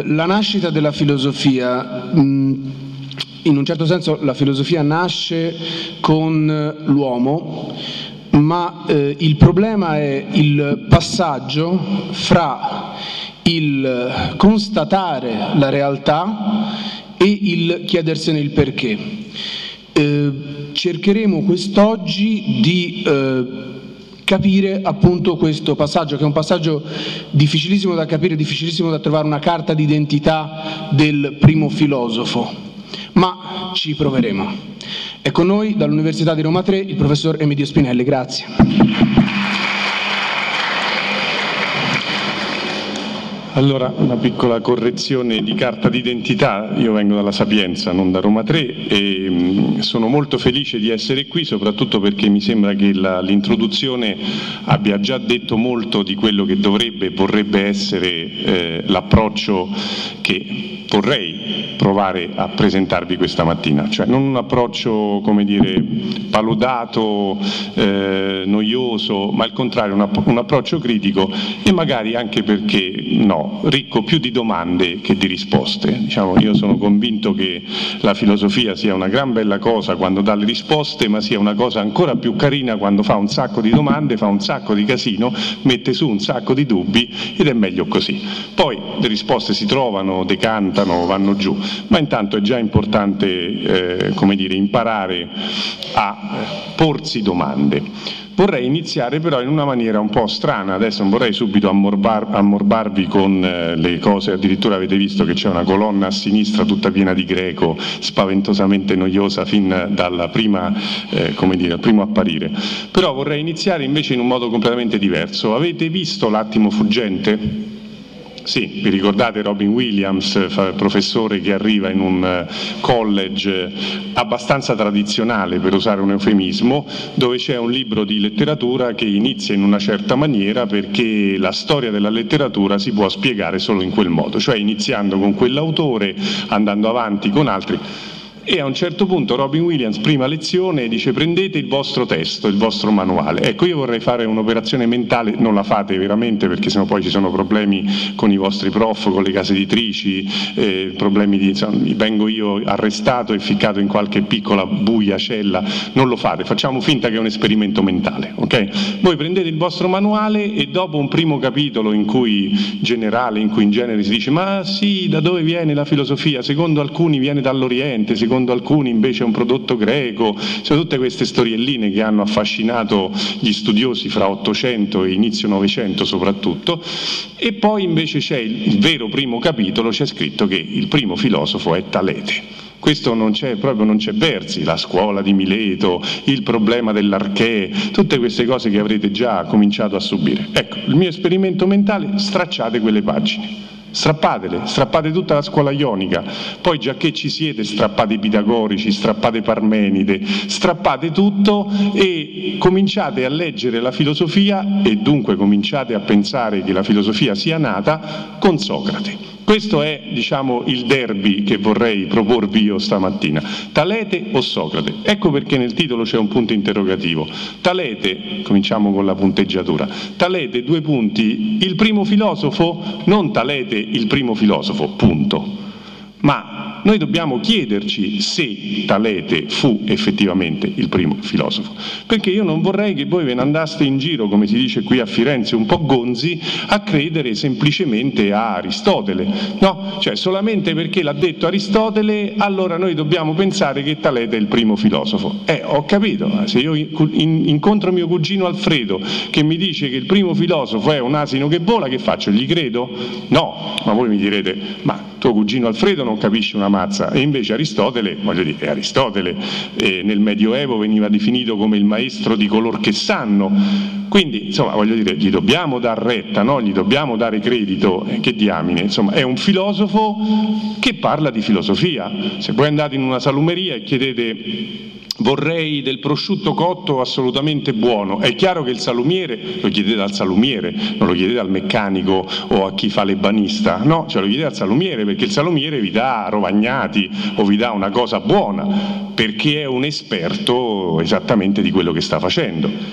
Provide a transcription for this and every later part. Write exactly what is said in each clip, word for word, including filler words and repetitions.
la nascita della filosofia, mh, in un certo senso la filosofia nasce con l'uomo, ma eh, il problema è il passaggio fra il constatare la realtà e il chiedersene il perché. Eh, cercheremo quest'oggi di eh, capire appunto questo passaggio, che è un passaggio difficilissimo da capire, difficilissimo da trovare una carta d'identità del primo filosofo, ma ci proveremo. È con noi dall'Università di Roma tre il professor Emidio Spinelli. Grazie. Allora, una piccola correzione di carta d'identità. Io vengo dalla Sapienza, non da Roma tre, e mh, sono molto felice di essere qui, soprattutto perché mi sembra che la, l'introduzione abbia già detto molto di quello che dovrebbe e vorrebbe essere eh, l'approccio che vorrei provare a presentarvi questa mattina, cioè non un approccio, come dire, paludato, eh, noioso, ma al contrario un, app- un approccio critico e magari anche, perché no, ricco più di domande che di risposte. Diciamo, io sono convinto che la filosofia sia una gran bella cosa quando dà le risposte, ma sia una cosa ancora più carina quando fa un sacco di domande, fa un sacco di casino, mette su un sacco di dubbi, ed è meglio così. Poi le risposte si trovano, decantano, vanno giù, ma intanto è già importante eh, come dire, imparare a porsi domande. Vorrei iniziare però in una maniera un po' strana, adesso non vorrei subito ammorbar, ammorbarvi con eh, le cose, addirittura avete visto che c'è una colonna a sinistra tutta piena di greco, spaventosamente noiosa fin dalla prima, eh, come dire, al primo apparire. Però vorrei iniziare invece in un modo completamente diverso. Avete visto L'attimo fuggente? Sì, vi ricordate Robin Williams, professore che arriva in un college abbastanza tradizionale, per usare un eufemismo, dove c'è un libro di letteratura che inizia in una certa maniera perché la storia della letteratura si può spiegare solo in quel modo, cioè iniziando con quell'autore, andando avanti con altri. E a un certo punto Robin Williams, prima lezione, dice: prendete il vostro testo, il vostro manuale. Ecco, io vorrei fare un'operazione mentale, non la fate veramente perché sennò poi ci sono problemi con i vostri prof, con le case editrici, eh, problemi di, insomma, vengo io arrestato e ficcato in qualche piccola buia cella, non lo fate, facciamo finta che è un esperimento mentale, ok? Voi prendete il vostro manuale e dopo un primo capitolo in cui generale, in cui in genere si dice: ma sì, da dove viene la filosofia? Secondo alcuni viene dall'Oriente, secondo Secondo alcuni invece è un prodotto greco, sono tutte queste storielline che hanno affascinato gli studiosi fra Ottocento e inizio Novecento soprattutto, e poi invece c'è il, il vero primo capitolo, c'è scritto che il primo filosofo è Talete. Questo non c'è proprio, non c'è versi, la scuola di Mileto, il problema dell'archè, tutte queste cose che avrete già cominciato a subire. Ecco, il mio esperimento mentale: stracciate quelle pagine. Strappatele, strappate tutta la scuola ionica, poi già che ci siete strappate i pitagorici, strappate Parmenide, strappate tutto e cominciate a leggere la filosofia, e dunque cominciate a pensare che la filosofia sia nata con Socrate. Questo è, diciamo, il derby che vorrei proporvi io stamattina. Talete o Socrate? Ecco perché nel titolo c'è un punto interrogativo. Talete, cominciamo con la punteggiatura, Talete, due punti, il primo filosofo, non Talete il primo filosofo, punto. Ma noi dobbiamo chiederci se Talete fu effettivamente il primo filosofo, perché io non vorrei che voi ve ne andaste in giro, come si dice qui a Firenze, un po' gonzi, a credere semplicemente a Aristotele, no? Cioè solamente perché l'ha detto Aristotele allora noi dobbiamo pensare che Talete è il primo filosofo. Eh, ho capito, se io incontro mio cugino Alfredo che mi dice che il primo filosofo è un asino che vola, che faccio? Gli credo? No, ma voi mi direte: ma tuo cugino Alfredo non capisce una mazza, e invece Aristotele, voglio dire, è Aristotele, eh, nel Medioevo veniva definito come il maestro di color che sanno, quindi insomma voglio dire, gli dobbiamo dar retta, no? Gli dobbiamo dare credito, eh, che diamine, insomma è un filosofo che parla di filosofia. Se voi andate in una salumeria e chiedete: vorrei del prosciutto cotto assolutamente buono, è chiaro che il salumiere lo chiedete al salumiere, non lo chiedete al meccanico o a chi fa l'ebanista, no, cioè lo chiedete al salumiere, perché il salumiere vi dà rovagnati o vi dà una cosa buona, perché è un esperto esattamente di quello che sta facendo. Idem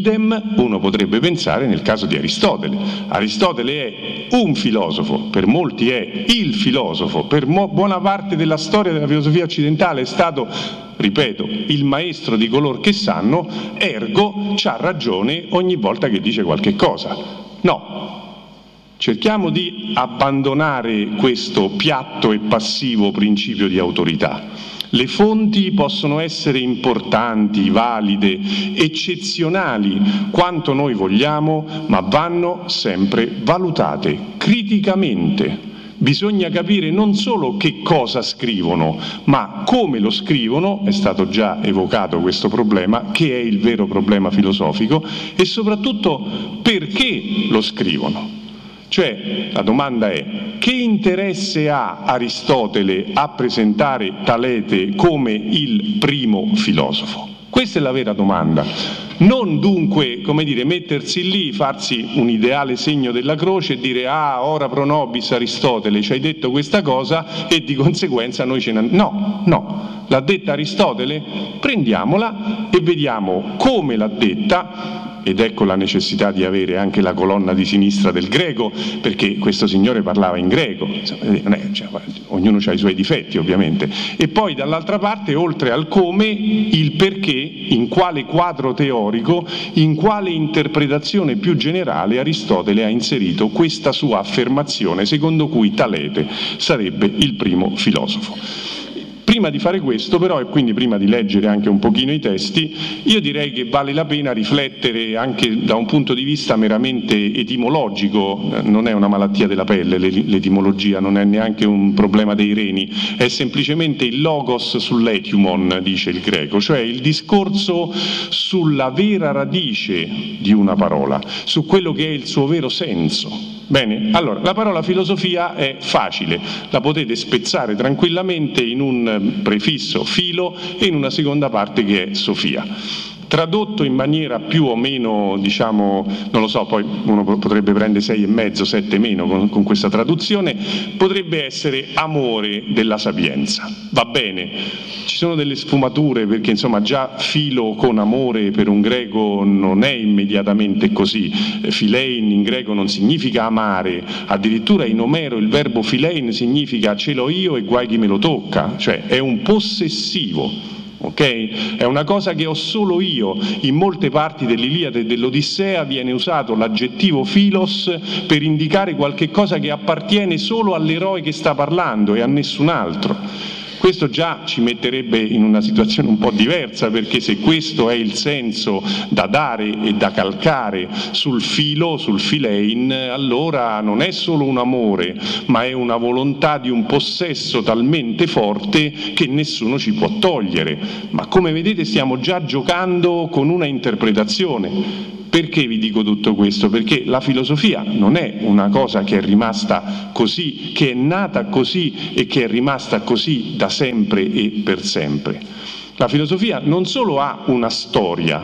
Idem uno potrebbe pensare nel caso di Aristotele. Aristotele è un filosofo, per molti è il filosofo, per mo- buona parte della storia della filosofia occidentale è stato, ripeto, il maestro di coloro che sanno, ergo c'ha ragione ogni volta che dice qualche cosa. No, cerchiamo di abbandonare questo piatto e passivo principio di autorità. Le fonti possono essere importanti, valide, eccezionali, quanto noi vogliamo, ma vanno sempre valutate criticamente. Bisogna capire non solo che cosa scrivono, ma come lo scrivono, è stato già evocato questo problema, che è il vero problema filosofico, e soprattutto perché lo scrivono. Cioè, la domanda è: che interesse ha Aristotele a presentare Talete come il primo filosofo? Questa è la vera domanda. Non dunque, come dire, mettersi lì, farsi un ideale segno della croce e dire ah, ora pro nobis Aristotele, ci hai detto questa cosa e di conseguenza noi ce ne andiamo. No, no, l'ha detta Aristotele, prendiamola e vediamo come l'ha detta. Ed ecco la necessità di avere anche la colonna di sinistra del greco, perché questo signore parlava in greco, non è, cioè, ognuno ha i suoi difetti ovviamente. E poi dall'altra parte, oltre al come, il perché, in quale quadro teorico, in quale interpretazione più generale Aristotele ha inserito questa sua affermazione secondo cui Talete sarebbe il primo filosofo. Prima di fare questo però, e quindi prima di leggere anche un pochino i testi, io direi che vale la pena riflettere anche da un punto di vista meramente etimologico. Non è una malattia della pelle l'etimologia, non è neanche un problema dei reni, è semplicemente il logos sull'etiumon, dice il greco, cioè il discorso sulla vera radice di una parola, su quello che è il suo vero senso. Bene, allora la parola filosofia è facile, la potete spezzare tranquillamente in un prefisso filo e in una seconda parte che è Sofia. Tradotto in maniera più o meno, diciamo, non lo so, poi uno potrebbe prendere sei e mezzo, sette meno con, con questa traduzione, potrebbe essere amore della sapienza. Va bene, ci sono delle sfumature perché insomma già filo con amore per un greco non è immediatamente così. Philein in greco non significa amare, addirittura in Omero il verbo philein significa ce l'ho io e guai chi me lo tocca, cioè è un possessivo. Ok? È una cosa che ho solo io. In molte parti dell'Iliade e dell'Odissea viene usato l'aggettivo philos per indicare qualche cosa che appartiene solo all'eroe che sta parlando e a nessun altro. Questo già ci metterebbe in una situazione un po' diversa, perché se questo è il senso da dare e da calcare sul filo, sul philein, allora non è solo un amore, ma è una volontà di un possesso talmente forte che nessuno ci può togliere. Ma come vedete stiamo già giocando con una interpretazione. Perché vi dico tutto questo? Perché la filosofia non è una cosa che è rimasta così, che è nata così e che è rimasta così da sempre e per sempre. La filosofia non solo ha una storia,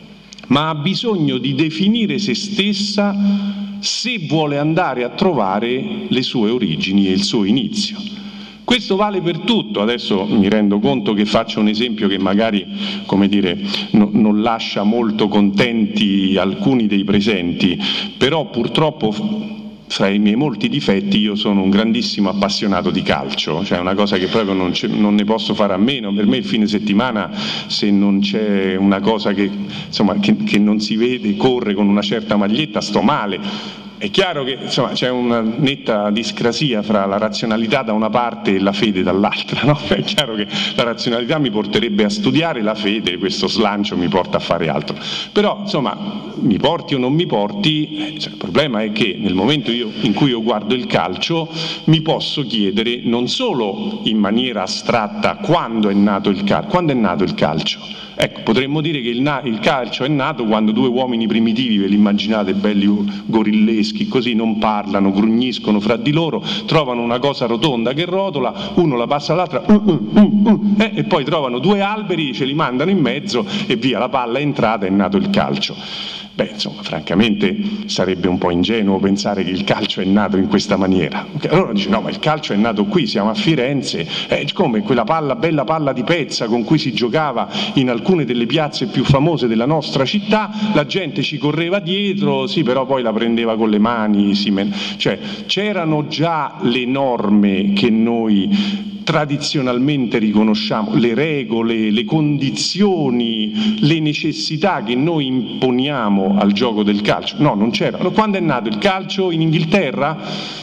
ma ha bisogno di definire se stessa se vuole andare a trovare le sue origini e il suo inizio. Questo vale per tutto. Adesso mi rendo conto che faccio un esempio che magari, come dire, no, non lascia molto contenti alcuni dei presenti, però purtroppo fra i miei molti difetti io sono un grandissimo appassionato di calcio, cioè una cosa che proprio non, non ne posso fare a meno. Per me il fine settimana, se non c'è una cosa che, insomma, che, che non si vede, corre con una certa maglietta, sto male. È chiaro che insomma, c'è una netta discrasia fra la razionalità da una parte e la fede dall'altra, no? È chiaro che la razionalità mi porterebbe a studiare, la fede, questo slancio mi porta a fare altro. Però insomma, mi porti o non mi porti, cioè, il problema è che nel momento io, in cui io guardo il calcio mi posso chiedere non solo in maniera astratta quando è nato il calcio, quando è nato il calcio. Ecco, potremmo dire che il, na- il calcio è nato quando due uomini primitivi, ve li immaginate belli gorilleschi, così non parlano, grugniscono fra di loro, trovano una cosa rotonda che rotola, uno la passa all'altra, uh, uh, uh, uh, eh, e poi trovano due alberi, ce li mandano in mezzo e via, la palla è entrata, è nato il calcio. Beh, insomma, francamente sarebbe un po' ingenuo pensare che il calcio è nato in questa maniera. Allora dice, no, ma il calcio è nato qui, siamo a Firenze, eh, come quella palla, bella palla di pezza con cui si giocava in alcune delle piazze più famose della nostra città, la gente ci correva dietro, sì, però poi la prendeva con le mani, sì, cioè c'erano già le norme che noi tradizionalmente riconosciamo, le regole, le condizioni, le necessità che noi imponiamo al gioco del calcio. No, non c'erano. Quando è nato il calcio in Inghilterra?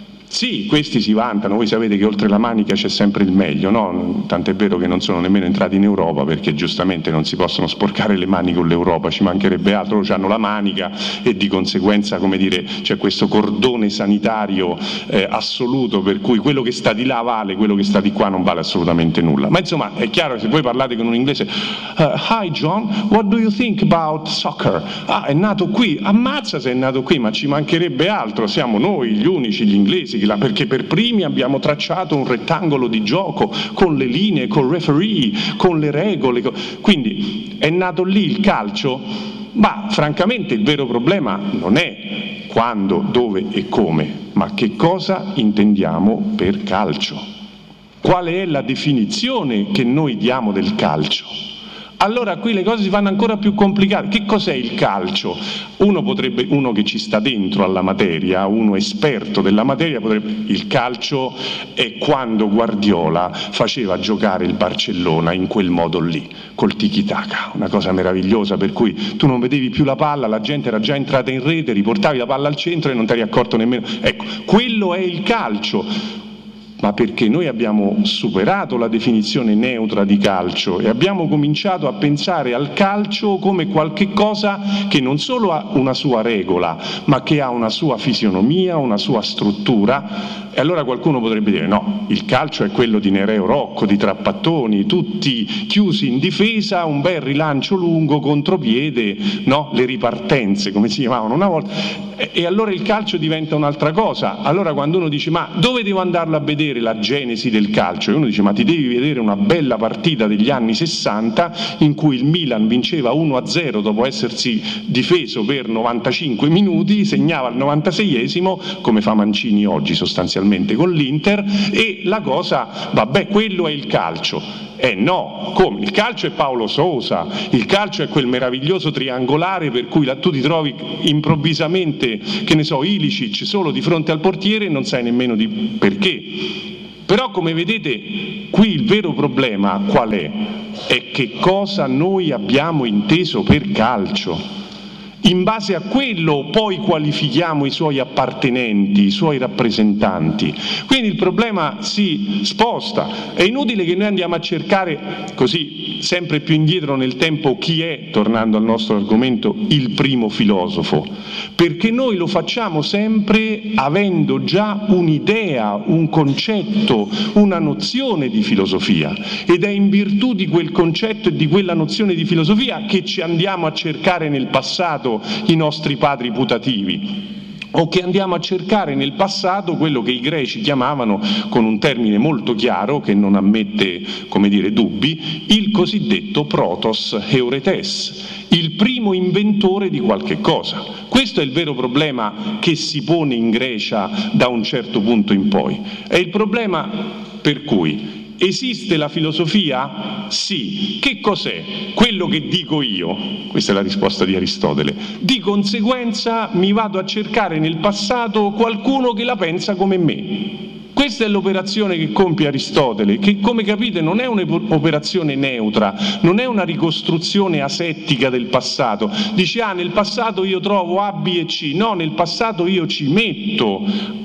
Sì, questi si vantano, voi sapete che oltre la manica c'è sempre il meglio, no? Tant'è vero che non sono nemmeno entrati in Europa perché giustamente non si possono sporcare le mani con l'Europa, ci mancherebbe altro, loro hanno la manica e di conseguenza, come dire, c'è questo cordone sanitario eh, assoluto per cui quello che sta di là vale, quello che sta di qua non vale assolutamente nulla. Ma insomma è chiaro che se voi parlate con un inglese, uh, hi John, what do you think about soccer? Ah, è nato qui, ammazza se è nato qui, ma ci mancherebbe altro, siamo noi gli unici, gli inglesi, perché per primi abbiamo tracciato un rettangolo di gioco con le linee, col referee, con le regole, quindi è nato lì il calcio? Ma francamente il vero problema non è quando, dove e come, ma che cosa intendiamo per calcio? Qual è la definizione che noi diamo del calcio? Allora qui le cose si fanno ancora più complicate. Che cos'è il calcio? Uno potrebbe, uno che ci sta dentro alla materia, uno esperto della materia, potrebbe, il calcio è quando Guardiola faceva giocare il Barcellona in quel modo lì, col tiki-taka, una cosa meravigliosa per cui tu non vedevi più la palla, la gente era già entrata in rete, riportavi la palla al centro e non ti eri accorto nemmeno. Ecco, quello è il calcio. Ma perché noi abbiamo superato la definizione neutra di calcio e abbiamo cominciato a pensare al calcio come qualche cosa che non solo ha una sua regola, ma che ha una sua fisionomia, una sua struttura. E allora qualcuno potrebbe dire no, il calcio è quello di Nereo Rocco, di Trapattoni, tutti chiusi in difesa, un bel rilancio lungo, contropiede, no? Le ripartenze come si chiamavano una volta, e, e allora il calcio diventa un'altra cosa. Allora quando uno dice ma dove devo andarlo a vedere la genesi del calcio? E uno dice ma ti devi vedere una bella partita degli anni sessanta in cui il Milan vinceva uno a zero dopo essersi difeso per novantacinque minuti, segnava al novantaseiesimo come fa Mancini oggi sostanzialmente con l'Inter, e la cosa, vabbè, quello è il calcio. Eh no, come? Il calcio è Paolo Sousa, il calcio è quel meraviglioso triangolare per cui la, tu ti trovi improvvisamente, che ne so, Ilicic solo di fronte al portiere e non sai nemmeno di perché. Però come vedete qui il vero problema qual è? È che cosa noi abbiamo inteso per calcio. In base a quello poi qualifichiamo i suoi appartenenti, i suoi rappresentanti. Quindi il problema si sposta. È inutile che noi andiamo a cercare così sempre più indietro nel tempo chi è, tornando al nostro argomento, il primo filosofo, perché noi lo facciamo sempre avendo già un'idea, un concetto, una nozione di filosofia, ed è in virtù di quel concetto e di quella nozione di filosofia che ci andiamo a cercare nel passato i nostri padri putativi, o che andiamo a cercare nel passato quello che i greci chiamavano, con un termine molto chiaro che non ammette, come dire, dubbi, il cosiddetto protos euretes, il primo inventore di qualche cosa. Questo è il vero problema che si pone in Grecia da un certo punto in poi. È il problema per cui esiste la filosofia? Sì. Che cos'è? Quello che dico io. Questa è la risposta di Aristotele. Di conseguenza mi vado a cercare nel passato qualcuno che la pensa come me. Questa è l'operazione che compie Aristotele, che come capite non è un'operazione neutra, non è una ricostruzione asettica del passato. Dice, ah, nel passato io trovo A, B e C. No, nel passato io ci metto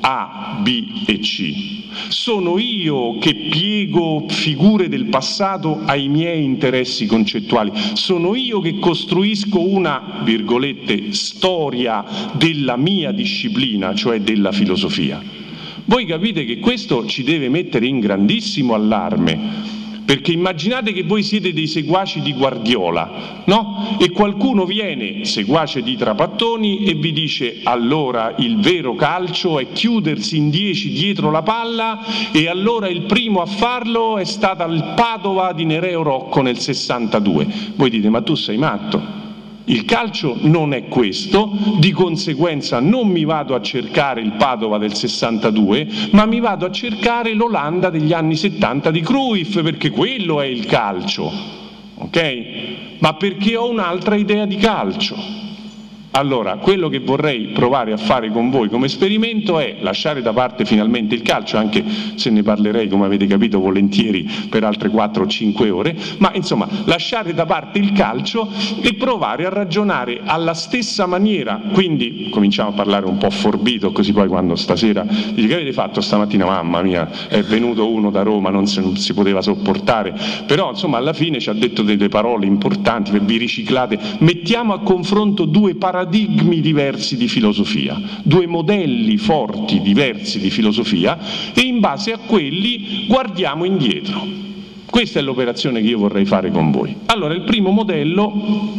A, B e C. Sono io che piego figure del passato ai miei interessi concettuali. Sono io che costruisco una, virgolette, storia della mia disciplina, cioè della filosofia. Voi capite che questo ci deve mettere in grandissimo allarme, perché immaginate che voi siete dei seguaci di Guardiola, no? E qualcuno viene, seguace di Trapattoni, e vi dice allora il vero calcio è chiudersi in dieci dietro la palla, e allora il primo a farlo è stata il Padova di Nereo Rocco nel sessantadue. Voi dite, ma tu sei matto? Il calcio non è questo, di conseguenza non mi vado a cercare il Padova del sessantadue, ma mi vado a cercare l'Olanda degli anni settanta di Cruyff, perché quello è il calcio, ok? Ma perché ho un'altra idea di calcio. Allora, quello che vorrei provare a fare con voi come esperimento è lasciare da parte finalmente il calcio, anche se ne parlerei, come avete capito, volentieri per altre quattro o cinque ore, ma insomma lasciare da parte il calcio e provare a ragionare alla stessa maniera. Quindi cominciamo a parlare un po' forbito, così poi quando stasera dice: che avete fatto stamattina? Mamma mia, è venuto uno da Roma, non si, non si poteva sopportare, però insomma alla fine ci ha detto delle parole importanti, vi riciclate. Mettiamo a confronto due paradigmi paradigmi diversi di filosofia, due modelli forti diversi di filosofia, e in base a quelli guardiamo indietro. Questa è l'operazione che io vorrei fare con voi. Allora, il primo modello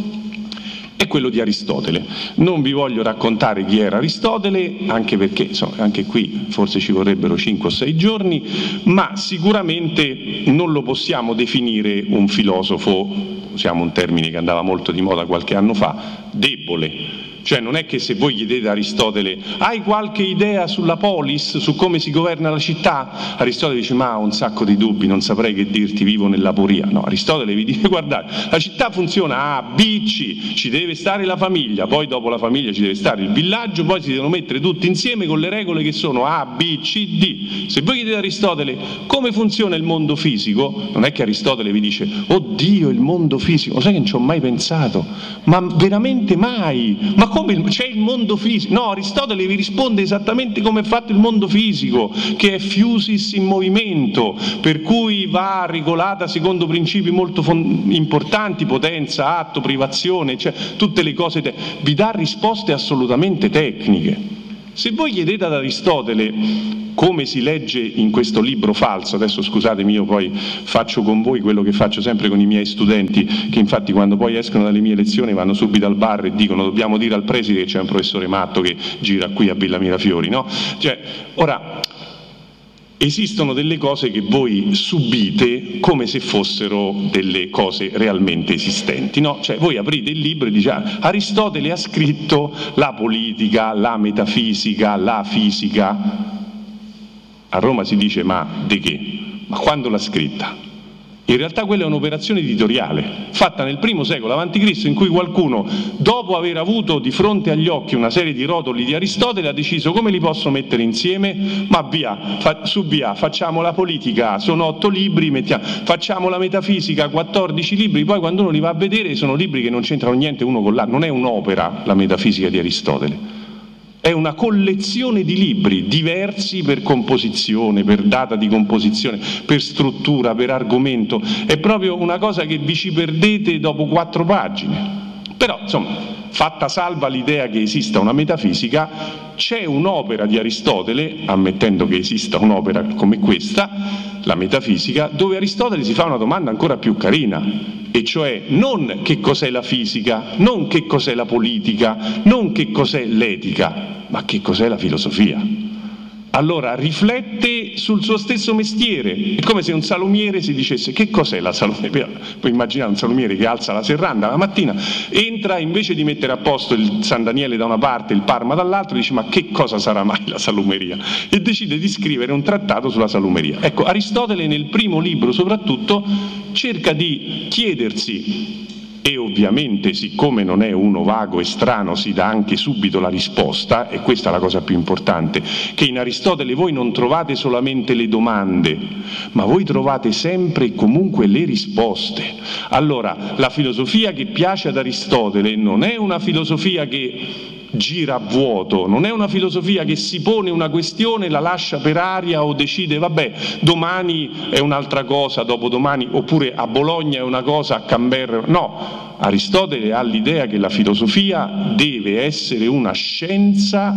è quello di Aristotele. Non vi voglio raccontare chi era Aristotele, anche perché insomma, anche qui forse ci vorrebbero cinque o sei giorni, ma sicuramente non lo possiamo definire un filosofo, usiamo un termine che andava molto di moda qualche anno fa, debole. Cioè non è che se voi chiedete a Aristotele: hai qualche idea sulla polis, su come si governa la città? Aristotele dice: ma ho un sacco di dubbi, non saprei che dirti, vivo nell'aporia. No, Aristotele vi dice: guardate, la città funziona A, B, C, ci deve stare la famiglia, poi dopo la famiglia ci deve stare il villaggio, poi si devono mettere tutti insieme con le regole che sono A, B, C, D. Se voi chiedete a Aristotele come funziona il mondo fisico, non è che Aristotele vi dice: oddio, il mondo fisico, lo sai che non ci ho mai pensato, ma veramente mai, ma come c'è il mondo fisico? No, Aristotele vi risponde esattamente come è fatto il mondo fisico, che è fusis in movimento, per cui va regolata secondo principi molto importanti: potenza, atto, privazione, cioè tutte le cose, te- vi dà risposte assolutamente tecniche. Se voi chiedete ad Aristotele come si legge in questo libro falso, adesso scusatemi, io poi faccio con voi quello che faccio sempre con i miei studenti, che infatti quando poi escono dalle mie lezioni vanno subito al bar e dicono: dobbiamo dire al preside che c'è un professore matto che gira qui a Villa Mirafiori, no? Cioè, ora, esistono delle cose che voi subite come se fossero delle cose realmente esistenti, no? Cioè voi aprite il libro e dite: ah, Aristotele ha scritto la politica, la metafisica, la fisica. A Roma si dice: ma di che? Ma quando l'ha scritta? In realtà quella è un'operazione editoriale fatta nel primo secolo avanti Cristo, in cui qualcuno, dopo aver avuto di fronte agli occhi una serie di rotoli di Aristotele, ha deciso: come li posso mettere insieme? Ma via, fa, su via, facciamo la politica, sono otto libri, mettiamo, facciamo la metafisica, quattordici libri. Poi quando uno li va a vedere sono libri che non c'entrano niente uno con l'altro. Non è un'opera la metafisica di Aristotele, è una collezione di libri diversi per composizione, per data di composizione, per struttura, per argomento. È proprio una cosa che vi ci perdete dopo quattro pagine. Però, insomma, fatta salva l'idea che esista una metafisica, c'è un'opera di Aristotele, ammettendo che esista un'opera come questa, la metafisica, dove Aristotele si fa una domanda ancora più carina, e cioè non che cos'è la fisica, non che cos'è la politica, non che cos'è l'etica, ma che cos'è la filosofia. Allora riflette sul suo stesso mestiere. È come se un salumiere si dicesse: che cos'è la salumeria? Puoi immaginare un salumiere che alza la serranda la mattina, entra, invece di mettere a posto il San Daniele da una parte e il Parma dall'altra, dice: ma che cosa sarà mai la salumeria? E decide di scrivere un trattato sulla salumeria. Ecco, Aristotele nel primo libro soprattutto cerca di chiedersi, e ovviamente siccome non è uno vago e strano si dà anche subito la risposta, e questa è la cosa più importante, che in Aristotele voi non trovate solamente le domande, ma voi trovate sempre e comunque le risposte. Allora, la filosofia che piace ad Aristotele non è una filosofia che gira a vuoto, non è una filosofia che si pone una questione, la lascia per aria o decide vabbè domani è un'altra cosa, dopodomani, oppure a Bologna è una cosa, a Canberra no. Aristotele ha l'idea che la filosofia deve essere una scienza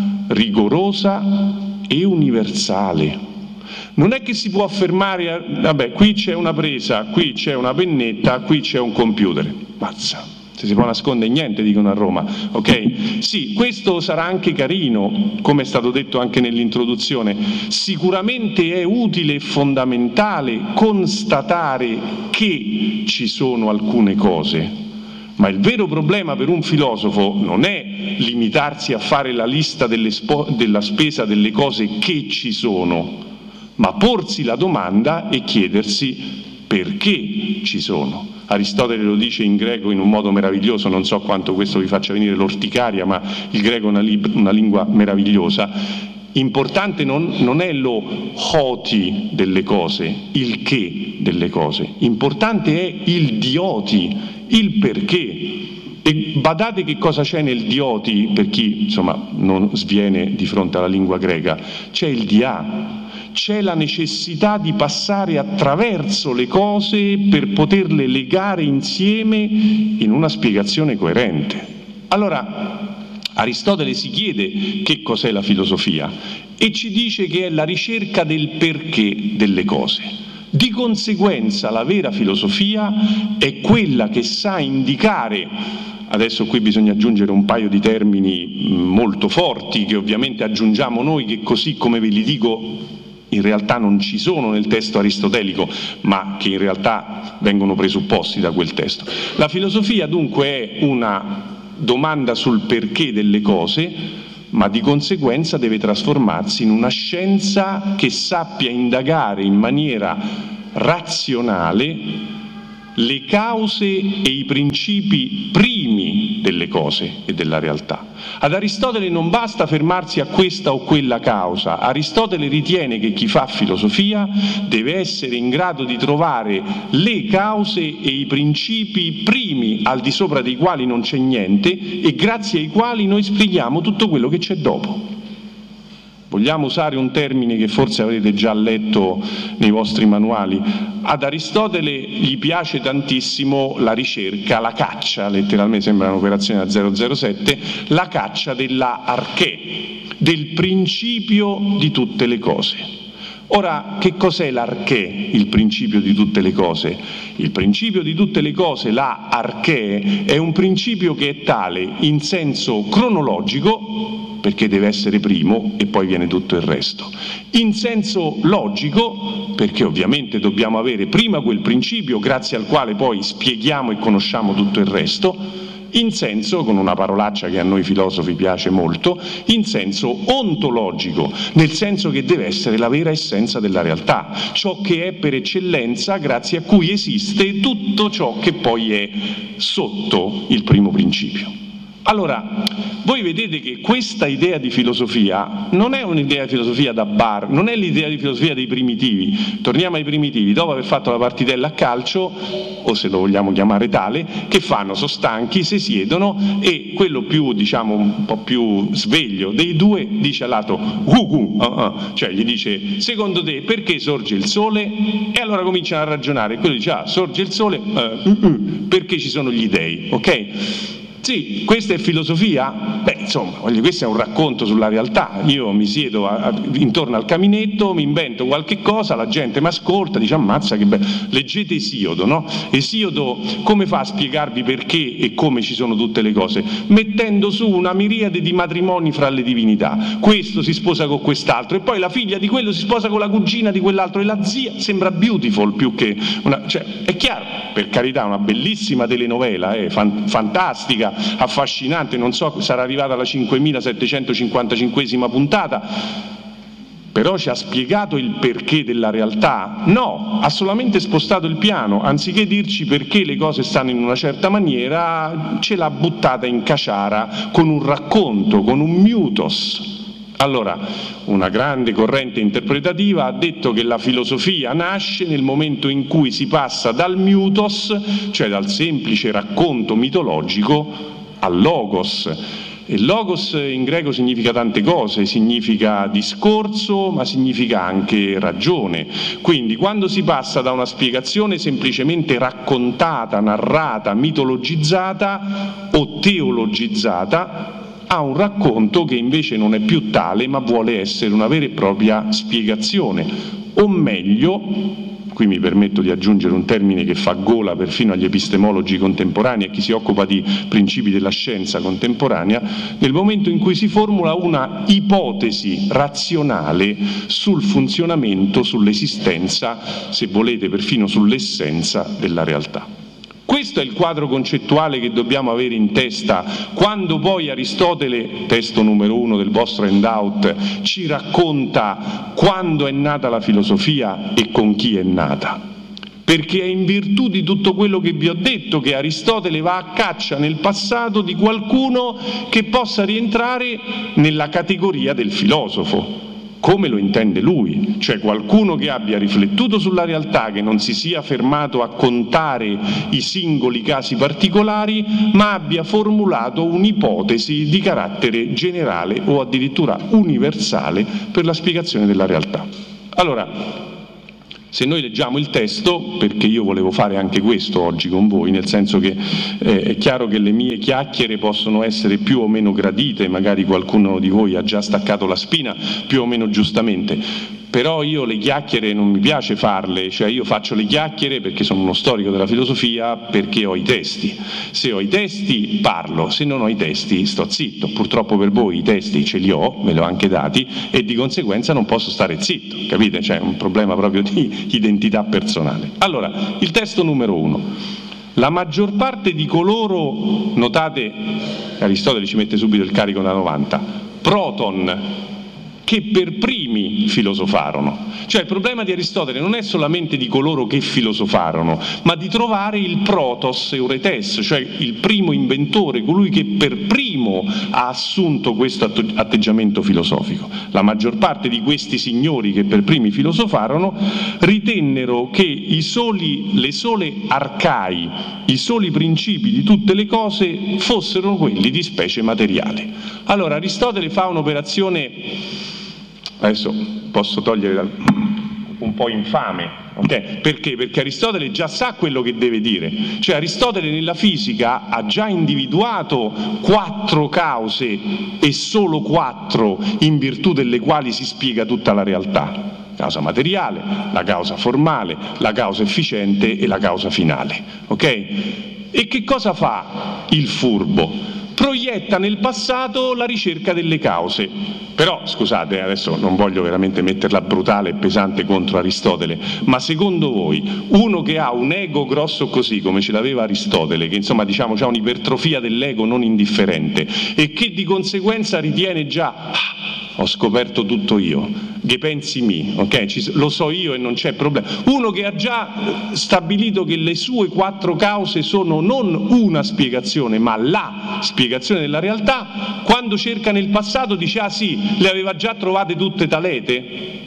rigorosa e universale. Non è che si può affermare vabbè qui c'è una presa, qui c'è una pennetta, qui c'è un computer, mazza, se si può nascondere niente, dicono a Roma, ok? Sì, questo sarà anche carino, come è stato detto anche nell'introduzione. Sicuramente è utile e fondamentale constatare che ci sono alcune cose, Ma il vero problema per un filosofo non è limitarsi a fare la lista delle della spesa delle cose che ci sono, ma porsi la domanda e chiedersi perché ci sono. Aristotele lo dice in greco in un modo meraviglioso, non so quanto questo vi faccia venire l'orticaria, ma il greco è una, una lingua meravigliosa. Importante non, non è lo hoti delle cose, il che delle cose, importante è il dioti, il perché. E badate che cosa c'è nel dioti, per chi insomma non sviene di fronte alla lingua greca, c'è il dia. C'è la necessità di passare attraverso le cose per poterle legare insieme in una spiegazione coerente. Allora, Aristotele si chiede che cos'è la filosofia e ci dice che è la ricerca del perché delle cose. Di conseguenza la vera filosofia è quella che sa indicare, adesso qui bisogna aggiungere un paio di termini molto forti che ovviamente aggiungiamo noi, che così come ve li dico in realtà non ci sono nel testo aristotelico, ma che in realtà vengono presupposti da quel testo. La filosofia dunque è una domanda sul perché delle cose, ma di conseguenza deve trasformarsi in una scienza che sappia indagare in maniera razionale le cause e i principi primi delle cose e della realtà. Ad Aristotele non basta fermarsi a questa o quella causa. Aristotele ritiene che chi fa filosofia deve essere in grado di trovare le cause e i principi primi al di sopra dei quali non c'è niente e grazie ai quali noi spieghiamo tutto quello che c'è dopo. Vogliamo usare un termine che forse avrete già letto nei vostri manuali. Ad Aristotele gli piace tantissimo la ricerca, la caccia, letteralmente sembra un'operazione da zero zero sette, la caccia della arché, del principio di tutte le cose. Ora, che cos'è l'arché, il principio di tutte le cose? Il principio di tutte le cose, la arché, è un principio che è tale in senso cronologico, perché deve essere primo e poi viene tutto il resto. In senso logico, perché ovviamente dobbiamo avere prima quel principio grazie al quale poi spieghiamo e conosciamo tutto il resto. In senso, con una parolaccia che a noi filosofi piace molto, in senso ontologico, nel senso che deve essere la vera essenza della realtà, ciò che è per eccellenza, grazie a cui esiste tutto ciò che poi è sotto il primo principio. Allora, voi vedete che questa idea di filosofia non è un'idea di filosofia da bar, non è l'idea di filosofia dei primitivi. Torniamo ai primitivi, dopo aver fatto la partitella a calcio, o se lo vogliamo chiamare tale, che fanno? Sono stanchi, si siedono e quello più, diciamo, un po' più sveglio dei due dice al lato uh, uh, uh, cioè gli dice: secondo te perché sorge il sole? E allora cominciano a ragionare e quello dice: ah, sorge il sole uh, uh, uh, perché ci sono gli dei, ok? Sì, questa è filosofia? Beh, insomma, questo è un racconto sulla realtà. Io mi siedo a, a, intorno al caminetto, mi invento qualche cosa, la gente mi ascolta, dice: ammazza che bello. Leggete Esiodo, no? Esiodo come fa a spiegarvi perché e come ci sono tutte le cose? Mettendo su una miriade di matrimoni fra le divinità. Questo si sposa con quest'altro e poi la figlia di quello si sposa con la cugina di quell'altro e la zia. Sembra Beautiful più che una... Cioè, è chiaro, per carità, una bellissima telenovela, eh, fan, fantastica, affascinante, non so, sarà arrivata alla cinquemilasettecentocinquantacinquesima puntata, però ci ha spiegato il perché della realtà? No, ha solamente spostato il piano, anziché dirci perché le cose stanno in una certa maniera, ce l'ha buttata in caciara con un racconto, con un mythos. Allora, una grande corrente interpretativa ha detto che la filosofia nasce nel momento in cui si passa dal mythos, cioè dal semplice racconto mitologico, al logos. E logos in greco significa tante cose, significa discorso, ma significa anche ragione. Quindi quando si passa da una spiegazione semplicemente raccontata, narrata, mitologizzata o teologizzata, ha un racconto che invece non è più tale, ma vuole essere una vera e propria spiegazione, o meglio, qui mi permetto di aggiungere un termine che fa gola perfino agli epistemologi contemporanei e a chi si occupa di principi della scienza contemporanea, nel momento in cui si formula una ipotesi razionale sul funzionamento, sull'esistenza, se volete perfino sull'essenza della realtà. Questo è il quadro concettuale che dobbiamo avere in testa quando poi Aristotele, testo numero uno del vostro handout, ci racconta quando è nata la filosofia e con chi è nata. Perché è in virtù di tutto quello che vi ho detto che Aristotele va a caccia nel passato di qualcuno che possa rientrare nella categoria del filosofo, come lo intende lui, cioè qualcuno che abbia riflettuto sulla realtà, che non si sia fermato a contare i singoli casi particolari, ma abbia formulato un'ipotesi di carattere generale o addirittura universale per la spiegazione della realtà. Allora, se noi leggiamo il testo, perché io volevo fare anche questo oggi con voi, nel senso che eh, è chiaro che le mie chiacchiere possono essere più o meno gradite, magari qualcuno di voi ha già staccato la spina, più o meno giustamente, però io le chiacchiere non mi piace farle, cioè io faccio le chiacchiere perché sono uno storico della filosofia, perché ho i testi. Se ho i testi parlo, se non ho i testi sto zitto. Purtroppo per voi i testi ce li ho, me li ho anche dati, e di conseguenza non posso stare zitto, capite? C'è un problema proprio di identità personale. Allora, il testo numero uno. La maggior parte di coloro, notate, Aristotele ci mette subito il carico da novanta, proton, che per primi filosofarono. Cioè il problema di Aristotele non è solamente di coloro che filosofarono, ma di trovare il protos euretes, cioè il primo inventore, colui che per primo ha assunto questo atteggiamento filosofico. La maggior parte di questi signori che per primi filosofarono ritennero che i soli, le sole arcai, i soli principi di tutte le cose fossero quelli di specie materiale. Allora Aristotele fa un'operazione, adesso posso togliere un po' infame, okay? Perché? Perché Aristotele già sa quello che deve dire, cioè Aristotele nella fisica ha già individuato quattro cause e solo quattro in virtù delle quali si spiega tutta la realtà. Causa materiale, la causa formale, la causa efficiente e la causa finale, ok? E che cosa fa il furbo? Proietta nel passato la ricerca delle cause. Però, scusate, adesso non voglio veramente metterla brutale e pesante contro Aristotele, ma secondo voi, uno che ha un ego grosso così, come ce l'aveva Aristotele, che insomma diciamo ha un'ipertrofia dell'ego non indifferente, e che di conseguenza ritiene già, ah, ho scoperto tutto io, che pensi mi, ok? Ci, lo so io e non c'è problema. Uno che ha già stabilito che le sue quattro cause sono non una spiegazione, ma la spiegazione della realtà, quando cerca nel passato dice, ah sì, le aveva già trovate tutte Talete?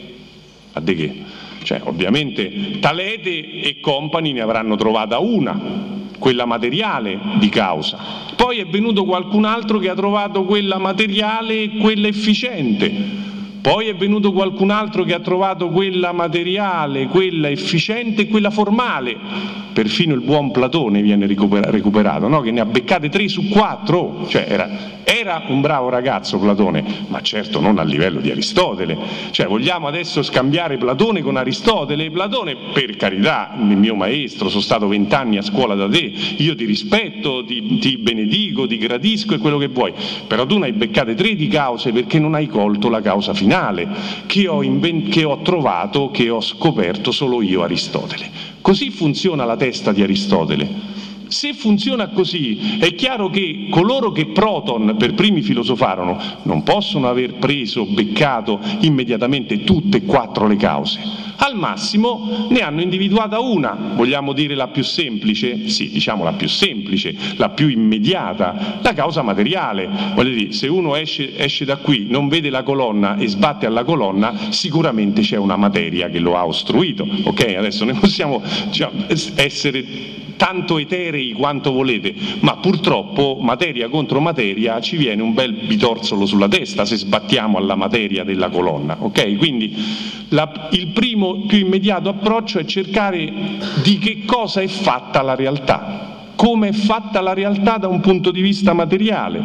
A de che? Cioè, ovviamente Talete e compagni ne avranno trovata una, quella materiale di causa. Poi è venuto qualcun altro che ha trovato quella materiale e quella efficiente. Poi è venuto qualcun altro che ha trovato quella materiale, quella efficiente e quella formale. Perfino il buon Platone viene recupera- recuperato, no? Che ne ha beccate tre su quattro. Cioè era, era un bravo ragazzo Platone, ma certo non a livello di Aristotele. Cioè vogliamo adesso scambiare Platone con Aristotele? Platone, per carità, il mio maestro, sono stato vent'anni a scuola da te, io ti rispetto, ti, ti benedico, ti gradisco e quello che vuoi, però tu ne hai beccate tre di cause perché non hai colto la causa finale. Che ho, invent- che ho trovato, che ho scoperto solo io Aristotele. Così funziona la testa di Aristotele. Se funziona così, è chiaro che coloro che proton per primi filosofarono non possono aver preso, beccato immediatamente tutte e quattro le cause. Al massimo ne hanno individuata una, vogliamo dire la più semplice? Sì, diciamo la più semplice, la più immediata, la causa materiale. Voglio dire, se uno esce, esce da qui, non vede la colonna e sbatte alla colonna, sicuramente c'è una materia che lo ha ostruito, ok? Adesso ne possiamo, diciamo, essere tanto eterei quanto volete, ma purtroppo materia contro materia ci viene un bel bitorzolo sulla testa se sbattiamo alla materia della colonna, ok? Quindi la, il primo più immediato approccio è cercare di che cosa è fatta la realtà, come è fatta la realtà da un punto di vista materiale.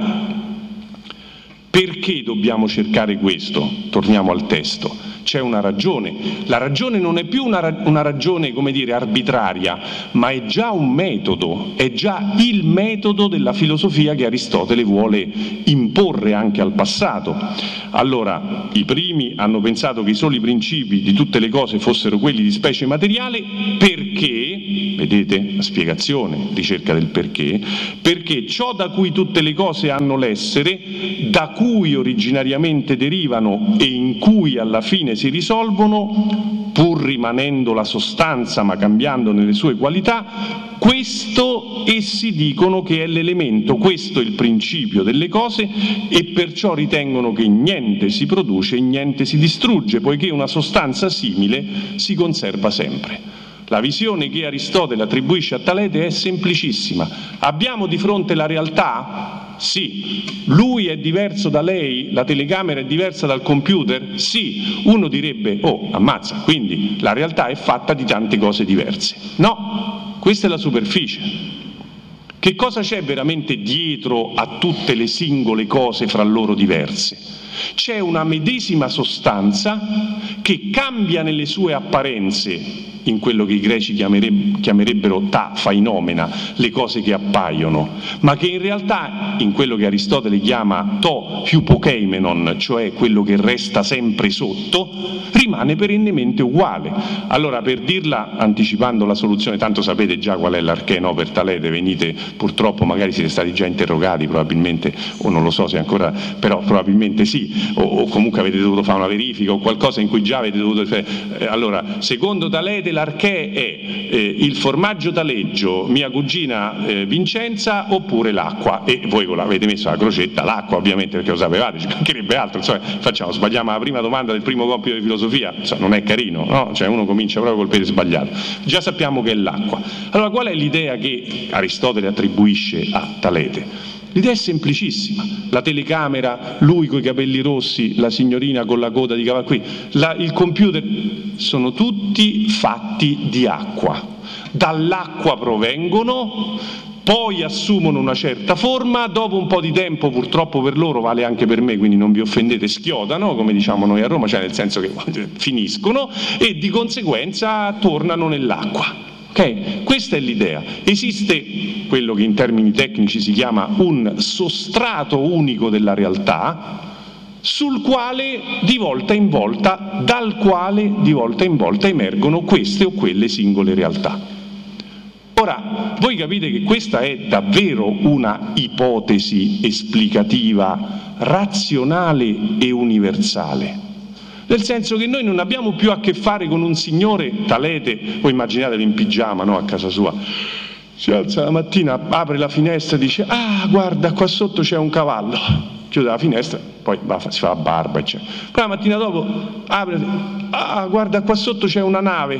Perché dobbiamo cercare questo? Torniamo al testo. C'è una ragione. La ragione non è più una, una ragione, come dire, arbitraria, ma è già un metodo, è già il metodo della filosofia che Aristotele vuole imporre anche al passato. Allora, i primi hanno pensato che i soli principi di tutte le cose fossero quelli di specie materiale perché, vedete, la spiegazione, ricerca del perché, perché ciò da cui tutte le cose hanno l'essere, da cui originariamente derivano e in cui alla fine si risolvono, pur rimanendo la sostanza ma cambiando nelle sue qualità, questo essi dicono che è l'elemento, questo è il principio delle cose, e perciò ritengono che niente si produce e niente si distrugge, poiché una sostanza simile si conserva sempre. La visione che Aristotele attribuisce a Talete è semplicissima. Abbiamo di fronte la realtà? Sì. Lui è diverso da lei? La telecamera è diversa dal computer? Sì. Uno direbbe, oh, ammazza, quindi la realtà è fatta di tante cose diverse. No, questa è la superficie. Che cosa c'è veramente dietro a tutte le singole cose fra loro diverse? C'è una medesima sostanza che cambia nelle sue apparenze, in quello che i greci chiamerebbero ta phaenomena, le cose che appaiono, ma che in realtà, in quello che Aristotele chiama to hypokeimenon, cioè quello che resta sempre sotto, rimane perennemente uguale. Allora, per dirla anticipando la soluzione, tanto sapete già qual è l'archè, no, per Talete, venite, purtroppo magari siete stati già interrogati probabilmente, o non lo so se ancora, però probabilmente sì, o, o comunque avete dovuto fare una verifica o qualcosa in cui già avete dovuto fare. Eh, allora, secondo Talete l'archè è eh, il formaggio taleggio, mia cugina eh, Vincenza, oppure l'acqua, e voi avete messo la crocetta, l'acqua ovviamente, perché lo sapevate, ci mancherebbe altro, insomma, facciamo, sbagliamo la prima domanda del primo compito di filosofia, insomma, non è carino, no? Cioè uno comincia proprio col piede sbagliato, già sappiamo che è l'acqua. Allora qual è l'idea che Aristotele attribuisce a Talete? L'idea è semplicissima, la telecamera, lui coi capelli rossi, la signorina con la coda di cavallo, qui, la, il computer, sono tutti fatti di acqua, dall'acqua provengono, poi assumono una certa forma, dopo un po' di tempo, purtroppo per loro, vale anche per me, quindi non vi offendete, schiodano, come diciamo noi a Roma, cioè nel senso che finiscono e di conseguenza tornano nell'acqua. Okay? Questa è l'idea. Esiste quello che in termini tecnici si chiama un sostrato unico della realtà, sul quale di volta in volta, dal quale di volta in volta emergono queste o quelle singole realtà. Ora, voi capite che questa è davvero una ipotesi esplicativa, razionale e universale. Nel senso che noi non abbiamo più a che fare con un signore, Talete, voi immaginatelo in pigiama, no, a casa sua, si alza la mattina, apre la finestra e dice, ah guarda qua sotto c'è un cavallo, chiude la finestra, poi va, si fa la barba, eccetera. Poi la mattina dopo apre, ah guarda qua sotto c'è una nave,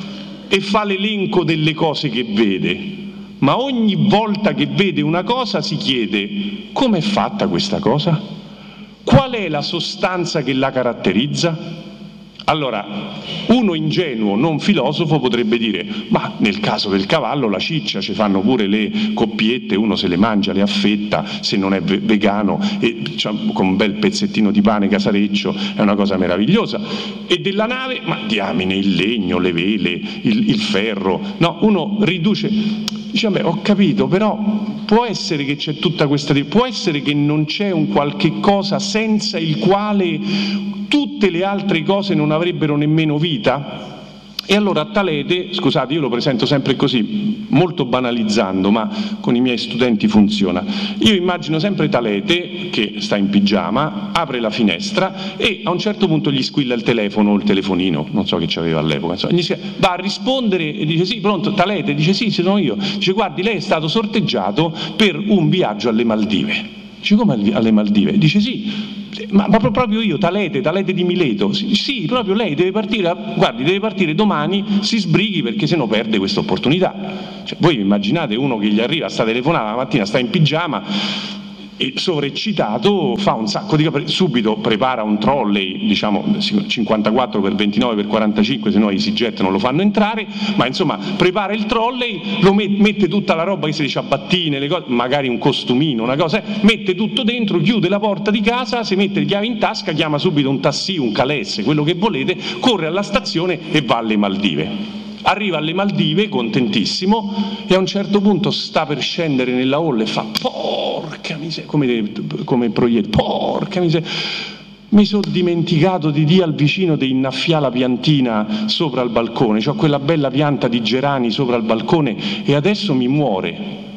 e fa l'elenco delle cose che vede, ma ogni volta che vede una cosa si chiede, com'è fatta questa cosa? Qual è la sostanza che la caratterizza? Allora, uno ingenuo, non filosofo, potrebbe dire, ma nel caso del cavallo la ciccia, ci fanno pure le coppiette, uno se le mangia, le affetta, se non è vegano, e con un bel pezzettino di pane casareccio, è una cosa meravigliosa. E della nave, ma diamine, il legno, le vele, il, il ferro, no, uno riduce... Dice, vabbè, ho capito, però può essere che c'è tutta questa... può essere che non c'è un qualche cosa senza il quale tutte le altre cose non avrebbero nemmeno vita? E allora Talete, scusate, io lo presento sempre così, molto banalizzando, ma con i miei studenti funziona. Io immagino sempre Talete che sta in pigiama, apre la finestra e a un certo punto gli squilla il telefono o il telefonino, non so che c'aveva all'epoca, insomma, gli va a rispondere e dice sì, pronto, Talete, dice sì, sono io. Dice guardi, lei è stato sorteggiato per un viaggio alle Maldive. Dice come alle Maldive? Dice sì. Ma proprio io, Talete, Talete di Mileto, sì, sì, proprio lei deve partire, guardi, deve partire domani, si sbrighi perché sennò perde questa opportunità. Cioè, voi immaginate uno che gli arriva, sta telefonata la mattina, sta in pigiama e sovreccitato fa un sacco di capelli, subito prepara un trolley, diciamo cinquantaquattro per ventinove per quarantacinque, se no EasyJet non lo fanno entrare, ma insomma prepara il trolley, lo met- mette tutta la roba che si dice ciabattine, le cose, magari un costumino, una cosa, eh, mette tutto dentro, chiude la porta di casa, si mette le chiavi in tasca, chiama subito un taxi, un calesse, quello che volete, corre alla stazione e va alle Maldive. Arriva alle Maldive contentissimo e a un certo punto sta per scendere nella hall e fa porca miseria, come, come proietto, porca miseria, Mi sono dimenticato di dire al vicino di innaffiare la piantina sopra il balcone, c'ho quella bella pianta di gerani sopra il balcone e adesso mi muore.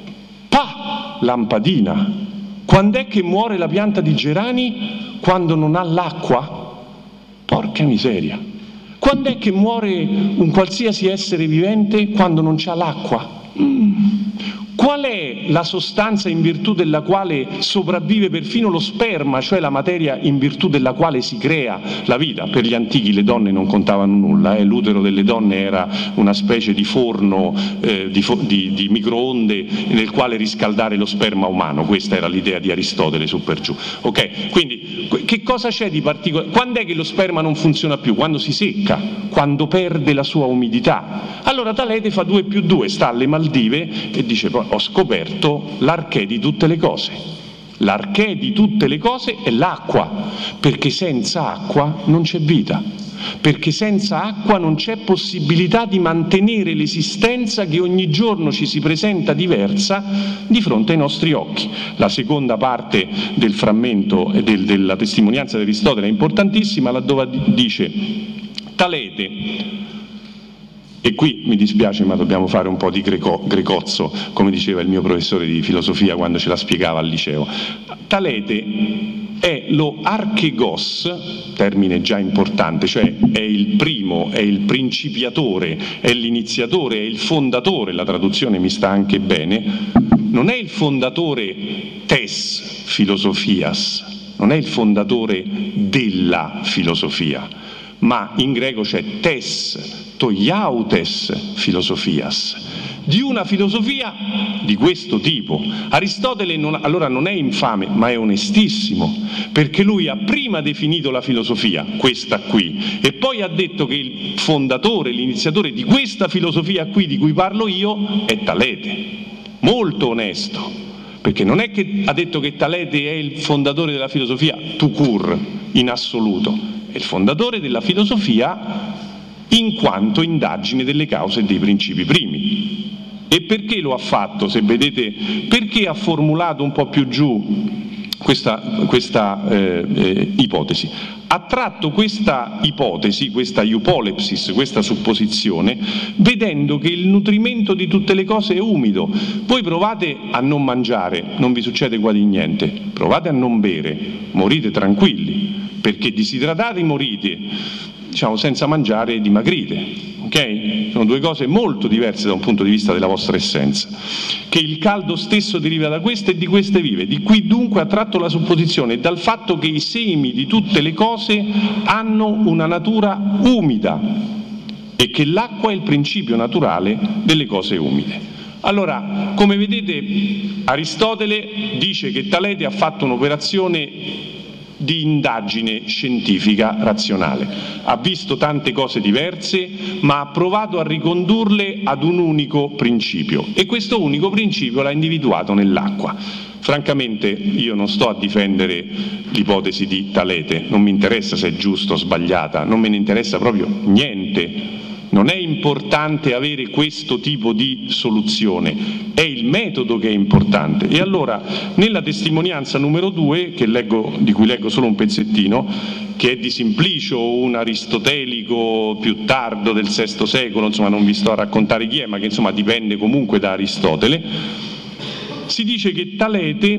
Pa! Lampadina. Quando è che muore la pianta di gerani? Quando non ha l'acqua? Porca miseria. Quando è che muore un qualsiasi essere vivente? Quando non c'ha l'acqua. Mm. Qual è la sostanza in virtù della quale sopravvive perfino lo sperma, cioè la materia in virtù della quale si crea la vita? Per gli antichi le donne non contavano nulla, eh? L'utero delle donne era una specie di forno, eh, di, fo- di, di microonde nel quale riscaldare lo sperma umano, questa era l'idea di Aristotele su per giù. Okay? Quindi che cosa c'è di particolare? Quando è che lo sperma non funziona più? Quando si secca, quando perde la sua umidità. Allora Talete fa due più due, sta alle Maldive e dice: ho scoperto l'archè di tutte le cose. L'archè di tutte le cose è l'acqua, perché senza acqua non c'è vita, perché senza acqua non c'è possibilità di mantenere l'esistenza che ogni giorno ci si presenta diversa di fronte ai nostri occhi. La seconda parte del frammento e del, della testimonianza di Aristotele è importantissima, laddove dice: Talete, e qui mi dispiace ma dobbiamo fare un po' di greco, grecozzo, come diceva il mio professore di filosofia quando ce la spiegava al liceo. Talete è lo archegos, termine già importante, cioè è il primo, è il principiatore, è l'iniziatore, è il fondatore, la traduzione mi sta anche bene, non è il fondatore tes filosofias, non è il fondatore della filosofia, ma in greco c'è tes, toiautes filosofias, di una filosofia di questo tipo. Aristotele non, allora non è infame, ma è onestissimo, perché lui ha prima definito la filosofia, questa qui, e poi ha detto che il fondatore, l'iniziatore di questa filosofia qui di cui parlo io è Talete. Molto onesto, perché non è che ha detto che Talete è il fondatore della filosofia tout court, in assoluto, è il fondatore della filosofia in quanto indagine delle cause e dei principi primi. E perché lo ha fatto? Se vedete, perché ha formulato un po' più giù questa, questa eh, eh, ipotesi? Ha tratto questa ipotesi, questa iupolepsis, questa supposizione, vedendo che il nutrimento di tutte le cose è umido. Voi provate a non mangiare, non vi succede quasi niente, provate a non bere, morite tranquilli, perché disidratati morite, diciamo senza mangiare dimagrite, ok? Sono due cose molto diverse da un punto di vista della vostra essenza. Che il caldo stesso deriva da queste e di queste vive. Di qui dunque ha tratto la supposizione dal fatto che i semi di tutte le cose hanno una natura umida e che l'acqua è il principio naturale delle cose umide. Allora, come vedete, Aristotele dice che Talete ha fatto un'operazione di indagine scientifica razionale, ha visto tante cose diverse ma ha provato a ricondurle ad un unico principio e questo unico principio l'ha individuato nell'acqua. Francamente io non sto a difendere l'ipotesi di Talete, non mi interessa se è giusta o sbagliata, non me ne interessa proprio niente. Non è importante avere questo tipo di soluzione, è il metodo che è importante. E allora, nella testimonianza numero due, che leggo, di cui leggo solo un pezzettino, che è di Simplicio, un aristotelico più tardo del sesto secolo, insomma non vi sto a raccontare chi è, ma che insomma dipende comunque da Aristotele, si dice che Talete,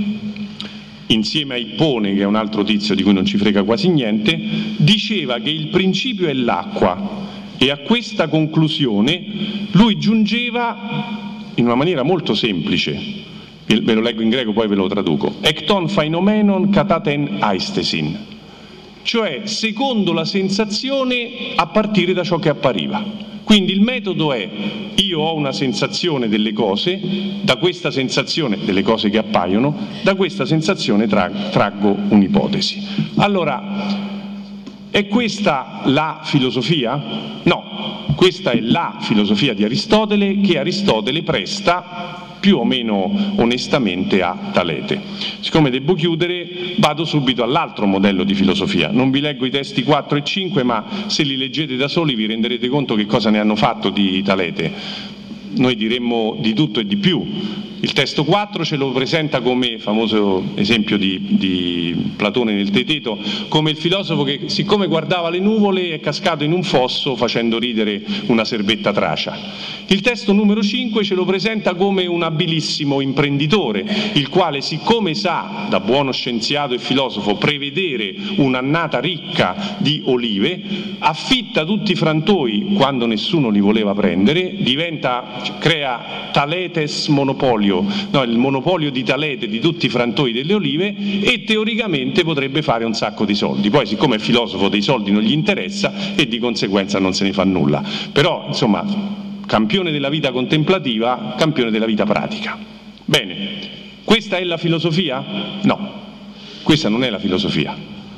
insieme a Ippone, che è un altro tizio di cui non ci frega quasi niente, diceva che il principio è l'acqua. E a questa conclusione lui giungeva in una maniera molto semplice, ve lo leggo in greco poi ve lo traduco, ekton phaiноmenon kataten aistesin, cioè secondo la sensazione a partire da ciò che appariva. Quindi il metodo è: io ho una sensazione delle cose, da questa sensazione delle cose che appaiono, da questa sensazione tra- traggo un'ipotesi. Allora, è questa la filosofia? No, questa è la filosofia di Aristotele che Aristotele presta più o meno onestamente a Talete. Siccome devo chiudere, vado subito all'altro modello di filosofia. Non vi leggo i testi quattro e cinque, ma se li leggete da soli vi renderete conto che cosa ne hanno fatto di Talete. Noi diremmo di tutto e di più. Il testo quattro ce lo presenta come, famoso esempio di, di Platone nel Teeteto, come il filosofo che siccome guardava le nuvole è cascato in un fosso facendo ridere una serbetta tracia. Il testo numero cinque ce lo presenta come un abilissimo imprenditore, il quale siccome sa, da buono scienziato e filosofo, prevedere un'annata ricca di olive, affitta tutti i frantoi quando nessuno li voleva prendere, diventa, crea Taletes monopolio, no, il monopolio di Talete di tutti i frantoi delle olive e teoricamente potrebbe fare un sacco di soldi. Poi siccome è filosofo dei soldi non gli interessa e di conseguenza non se ne fa nulla. Però insomma, campione della vita contemplativa, campione della vita pratica. Bene, questa è la filosofia? No, questa non è la filosofia.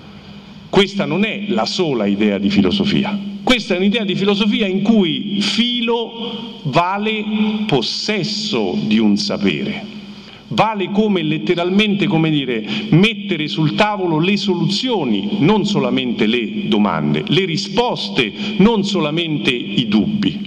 Questa non è la sola idea di filosofia. Questa è un'idea di filosofia in cui filo vale possesso di un sapere, vale come letteralmente, come dire, mettere sul tavolo le soluzioni, non solamente le domande, le risposte, non solamente i dubbi.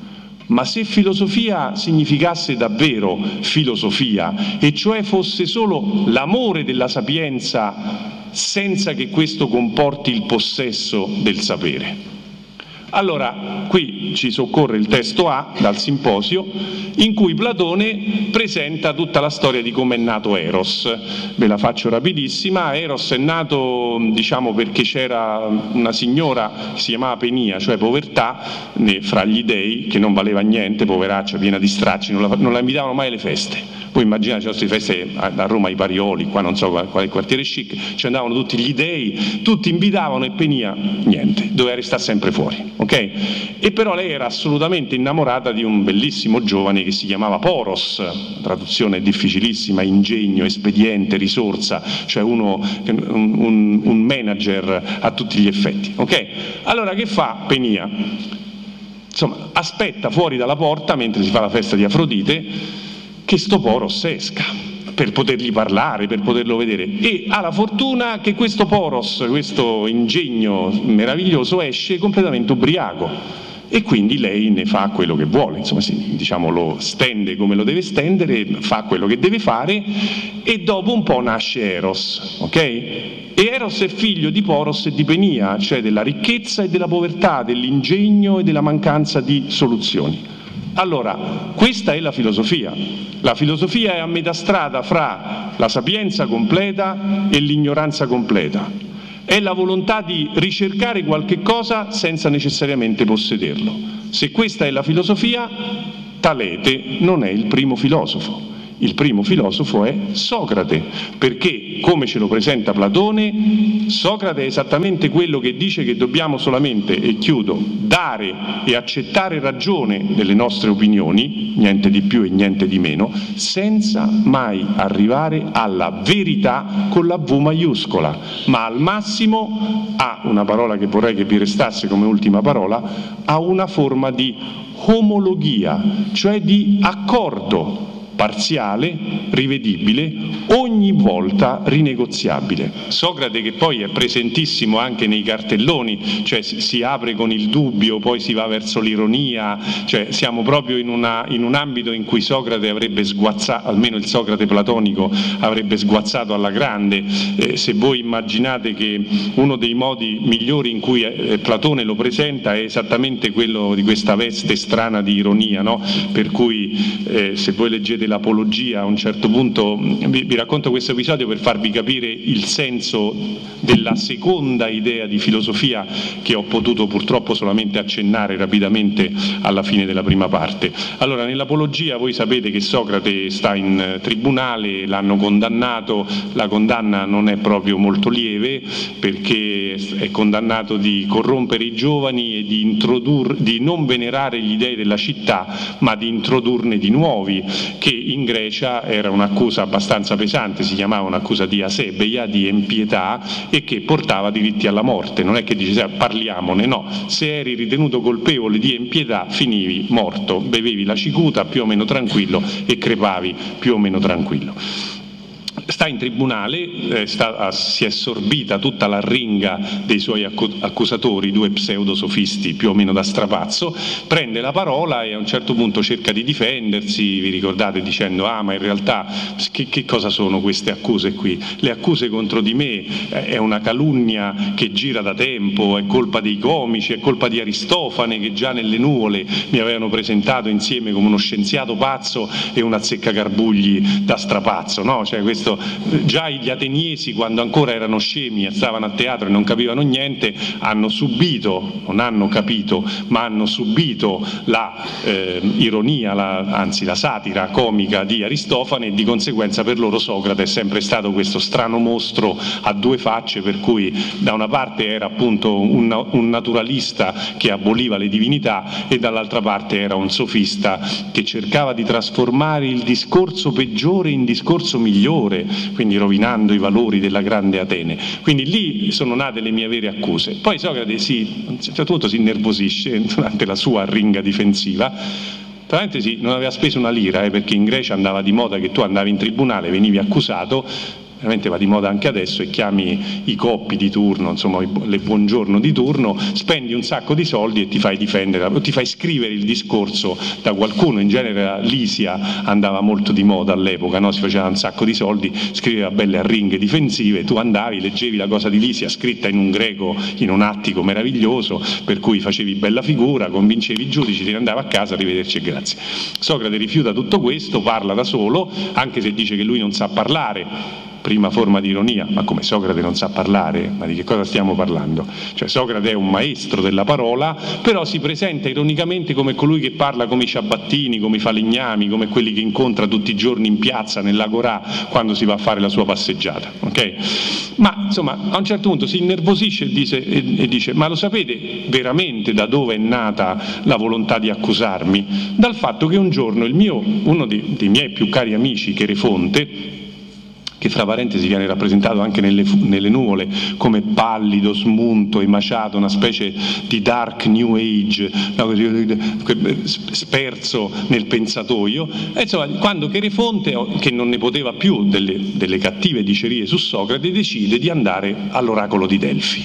Ma se filosofia significasse davvero filosofia, e cioè fosse solo l'amore della sapienza senza che questo comporti il possesso del sapere. Allora, qui ci soccorre il testo A dal Simposio, in cui Platone presenta tutta la storia di come è nato Eros. Ve la faccio rapidissima. Eros è nato, diciamo, perché c'era una signora che si chiamava Penia, cioè povertà, fra gli dei, che non valeva niente, poveraccia, piena di stracci, non la, non la invitavano mai alle feste. Voi immaginate le nostre feste a Roma, i Parioli, qua non so qual è il quartiere chic, ci andavano tutti gli dei, tutti invitavano e Penia niente, doveva restare sempre fuori, ok? E però lei era assolutamente innamorata di un bellissimo giovane che si chiamava Poros, traduzione difficilissima, ingegno, espediente, risorsa, cioè uno, un, un, un manager a tutti gli effetti, ok? Allora che fa Penia? Insomma, aspetta fuori dalla porta, mentre si fa la festa di Afrodite, che sto Poros esca, per potergli parlare, per poterlo vedere, e ha la fortuna che questo Poros, questo ingegno meraviglioso, esce completamente ubriaco e quindi lei ne fa quello che vuole, insomma, sì, diciamo, lo stende come lo deve stendere, fa quello che deve fare e dopo un po' nasce Eros, ok? E Eros è figlio di Poros e di Penia, cioè della ricchezza e della povertà, dell'ingegno e della mancanza di soluzioni. Allora, questa è la filosofia. La filosofia è a metà strada fra la sapienza completa e l'ignoranza completa. È la volontà di ricercare qualche cosa senza necessariamente possederlo. Se questa è la filosofia, Talete non è il primo filosofo. Il primo filosofo è Socrate, perché, come ce lo presenta Platone, Socrate è esattamente quello che dice che dobbiamo solamente, e chiudo, dare e accettare ragione delle nostre opinioni, niente di più e niente di meno, senza mai arrivare alla verità con la V maiuscola, ma al massimo a una parola che vorrei che vi restasse come ultima parola, a una forma di omologia, cioè di accordo parziale, rivedibile, ogni volta rinegoziabile. Socrate, che poi è presentissimo anche nei cartelloni, cioè si apre con il dubbio, poi si va verso l'ironia, cioè siamo proprio in, una, in un ambito in cui Socrate avrebbe sguazzato, almeno il Socrate platonico avrebbe sguazzato alla grande. Eh, se voi immaginate che uno dei modi migliori in cui eh, Platone lo presenta è esattamente quello di questa veste strana di ironia, no? Per cui eh, se voi leggete l'Apologia, a un certo punto vi, vi racconto questo episodio per farvi capire il senso della seconda idea di filosofia che ho potuto purtroppo solamente accennare rapidamente alla fine della prima parte. Allora, nell'Apologia voi sapete che Socrate sta in tribunale, l'hanno condannato, la condanna non è proprio molto lieve perché è condannato di corrompere i giovani e di, introdur- di non venerare gli dei della città, ma di introdurne di nuovi, che in Grecia era un'accusa abbastanza pesante, si chiamava un'accusa di asebeia, di empietà, e che portava diritti alla morte. Non è che dice parliamone, no, se eri ritenuto colpevole di empietà finivi morto, bevevi la cicuta più o meno tranquillo e crepavi più o meno tranquillo. sta in tribunale, eh, sta, si è sorbita tutta l'arringa dei suoi accusatori, due pseudosofisti più o meno da strapazzo, prende la parola e a un certo punto cerca di difendersi, vi ricordate, dicendo ah ma in realtà che, che cosa sono queste accuse qui? Le accuse contro di me eh, è una calunnia che gira da tempo, è colpa dei comici, è colpa di Aristofane che già nelle nuvole mi avevano presentato insieme come uno scienziato pazzo e un azzeccagarbugli da strapazzo, no? Cioè questo, già gli ateniesi quando ancora erano scemi e stavano a teatro e non capivano niente hanno subito, non hanno capito, ma hanno subito la eh, ironia, la, anzi la satira comica di Aristofane e di conseguenza per loro Socrate è sempre stato questo strano mostro a due facce, per cui da una parte era appunto un, un naturalista che aboliva le divinità e dall'altra parte era un sofista che cercava di trasformare il discorso peggiore in discorso migliore, quindi rovinando i valori della grande Atene. Quindi lì sono nate le mie vere accuse. Poi Socrate si, a un certo punto si innervosisce durante la sua arringa difensiva. Tra parentesi, non aveva speso una lira, eh, perché in Grecia andava di moda che tu andavi in tribunale, venivi accusato, veramente va di moda anche adesso, e chiami i coppi di turno, insomma le buongiorno di turno, spendi un sacco di soldi e ti fai difendere, o ti fai scrivere il discorso da qualcuno. In genere Lisia andava molto di moda all'epoca, no? Si faceva un sacco di soldi, scriveva belle arringhe difensive, tu andavi, leggevi la cosa di Lisia scritta in un greco, in un attico meraviglioso, per cui facevi bella figura, convincevi i giudici, te ne andavi a casa, arrivederci e grazie. Socrate rifiuta tutto questo, parla da solo, anche se dice che lui non sa parlare. Prima forma di ironia, ma come Socrate non sa parlare? Ma di che cosa stiamo parlando? Cioè Socrate è un maestro della parola, però si presenta ironicamente come colui che parla come i ciabattini, come i falegnami, come quelli che incontra tutti i giorni in piazza, nell'agorà, quando si va a fare la sua passeggiata. Okay? Ma insomma, a un certo punto si innervosisce e dice, e, e dice ma lo sapete veramente da dove è nata la volontà di accusarmi? Dal fatto che un giorno il mio, uno dei, dei miei più cari amici, Cherefonte, che fra parentesi viene rappresentato anche nelle, nelle nuvole come pallido, smunto, emaciato, una specie di dark new age, no, sperso nel pensatoio. E insomma, quando Cherefonte, che non ne poteva più delle, delle cattive dicerie su Socrate, decide di andare all'oracolo di Delfi.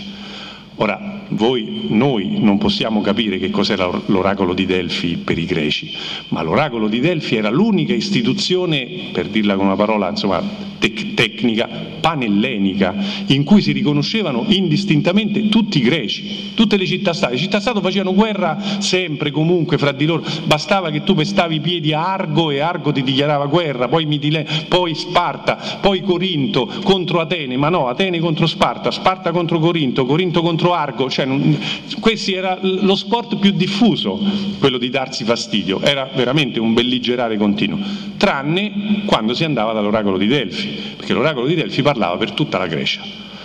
Ora, voi, noi non possiamo capire che cos'era l'oracolo di Delfi per i greci, ma l'oracolo di Delfi era l'unica istituzione, per dirla con una parola insomma tec- tecnica, panellenica, in cui si riconoscevano indistintamente tutti i greci, tutte le città-stato. Le città-stato facevano guerra sempre, comunque, fra di loro, bastava che tu pestavi i piedi a Argo e Argo ti dichiarava guerra, poi, Mitile- poi Sparta, poi Corinto contro Atene, ma no, Atene contro Sparta, Sparta contro Corinto, Corinto contro Argo, cioè non, questo era lo sport più diffuso, quello di darsi fastidio, era veramente un belligerare continuo, tranne quando si andava dall'oracolo di Delfi, perché l'oracolo di Delfi parlava per tutta la Grecia.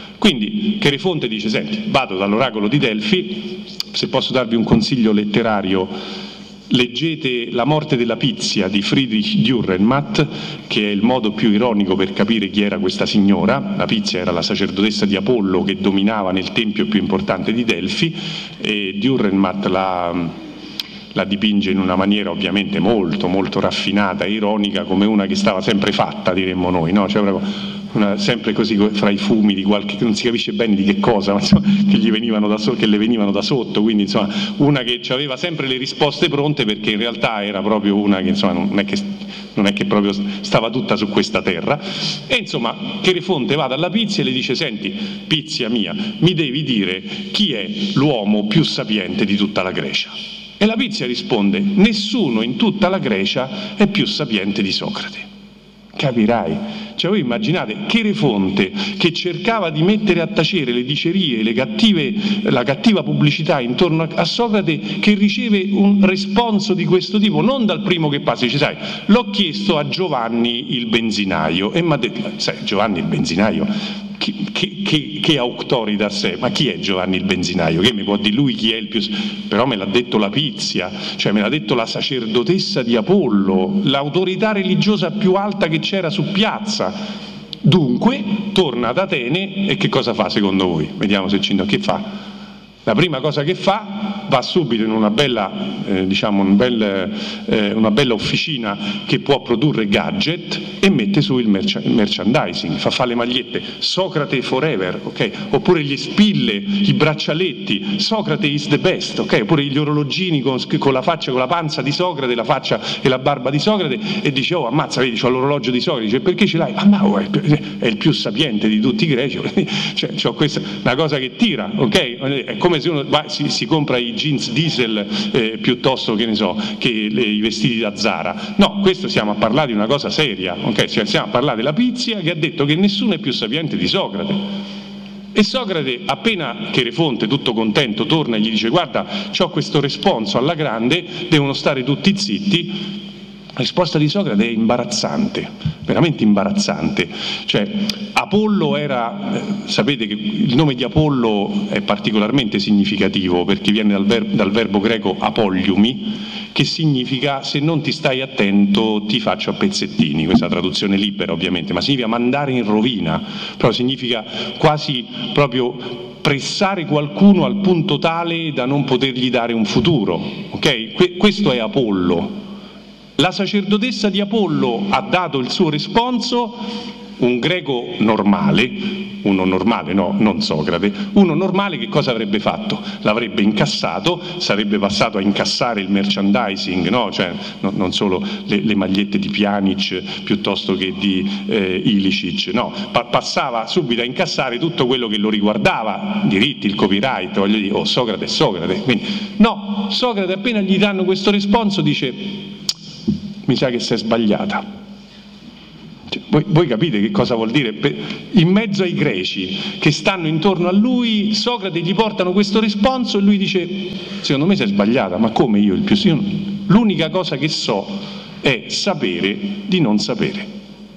Quindi Cherefonte dice, senti, vado dall'oracolo di Delfi, se posso darvi un consiglio letterario, leggete La morte della Pizia di Friedrich Dürrenmatt, che è il modo più ironico per capire chi era questa signora. La Pizia era la sacerdotessa di Apollo che dominava nel tempio più importante di Delfi, e Dürrenmatt la, la dipinge in una maniera ovviamente molto molto raffinata e ironica, come una che stava sempre fatta, diremmo noi, no? Cioè, proprio una, sempre così fra i fumi di qualche, non si capisce bene di che cosa, ma insomma, che, gli venivano da so, che le venivano da sotto, quindi insomma una che aveva sempre le risposte pronte, perché in realtà era proprio una che insomma non è che, non è che proprio stava tutta su questa terra. E insomma Cherefonte va dalla Pizia e le dice, senti Pizia mia, mi devi dire chi è l'uomo più sapiente di tutta la Grecia. E la Pizia risponde, nessuno in tutta la Grecia è più sapiente di Socrate. Capirai? Cioè voi immaginate Cherefonte che cercava di mettere a tacere le dicerie, le cattive, la cattiva pubblicità intorno a, a Socrate, che riceve un responso di questo tipo, non dal primo che passa, dice sai, l'ho chiesto a Giovanni il benzinaio e mi ha detto, sai, Giovanni il benzinaio, che, che, che, che auctoritas è? Ma chi è Giovanni il benzinaio? Che mi può dire lui chi è il più... Però me l'ha detto la Pizia, cioè me l'ha detto la sacerdotessa di Apollo, l'autorità religiosa più alta che c'era su piazza. Dunque torna ad Atene e che cosa fa secondo voi? Vediamo se ci... che fa? La prima cosa che fa, va subito in una bella, eh, diciamo, un bel, eh, una bella officina che può produrre gadget e mette su il, merch- il merchandising, fa fare le magliette, Socrate forever, ok? Oppure gli spille, i braccialetti, Socrate is the best, ok? Oppure gli orologini con, con la faccia, con la panza di Socrate, la faccia e la barba di Socrate, e dice, oh ammazza, vedi, c'ho l'orologio di Socrate, dice, perché ce l'hai? Ah ma oh, è il più sapiente di tutti i greci, cioè c'ho questa, una cosa che tira, ok? È come se uno va, si, si compra i jeans diesel eh, piuttosto che ne so che le, i vestiti da Zara. No, questo stiamo a parlare di una cosa seria, ok? Cioè, stiamo a parlare della Pizia che ha detto che nessuno è più sapiente di Socrate. E Socrate, appena Cherefonte, tutto contento, torna e gli dice, guarda, c'ho questo responso alla grande, devono stare tutti zitti. La risposta di Socrate è imbarazzante, veramente imbarazzante. Cioè, Apollo era, eh, sapete che il nome di Apollo è particolarmente significativo perché viene dal, ver- dal verbo greco apogliumi, che significa se non ti stai attento ti faccio a pezzettini, questa è la traduzione libera ovviamente, ma significa mandare in rovina, però significa quasi proprio pressare qualcuno al punto tale da non potergli dare un futuro, ok? Que- questo è Apollo. La sacerdotessa di Apollo ha dato il suo responso, un greco normale, uno normale no, non Socrate, uno normale che cosa avrebbe fatto? L'avrebbe incassato, sarebbe passato a incassare il merchandising, no? Cioè, no, non solo le, le magliette di Pjanic piuttosto che di eh, Ilicic, no, pa- passava subito a incassare tutto quello che lo riguardava, diritti, il copyright, voglio dire, oh Socrate è Socrate, quindi no, Socrate appena gli danno questo responso dice mi sa che si è sbagliata. Cioè, voi, voi capite che cosa vuol dire? In mezzo ai greci che stanno intorno a lui, Socrate gli portano questo responso e lui dice secondo me si è sbagliata, ma come io il più? Io, l'unica cosa che so è sapere di non sapere.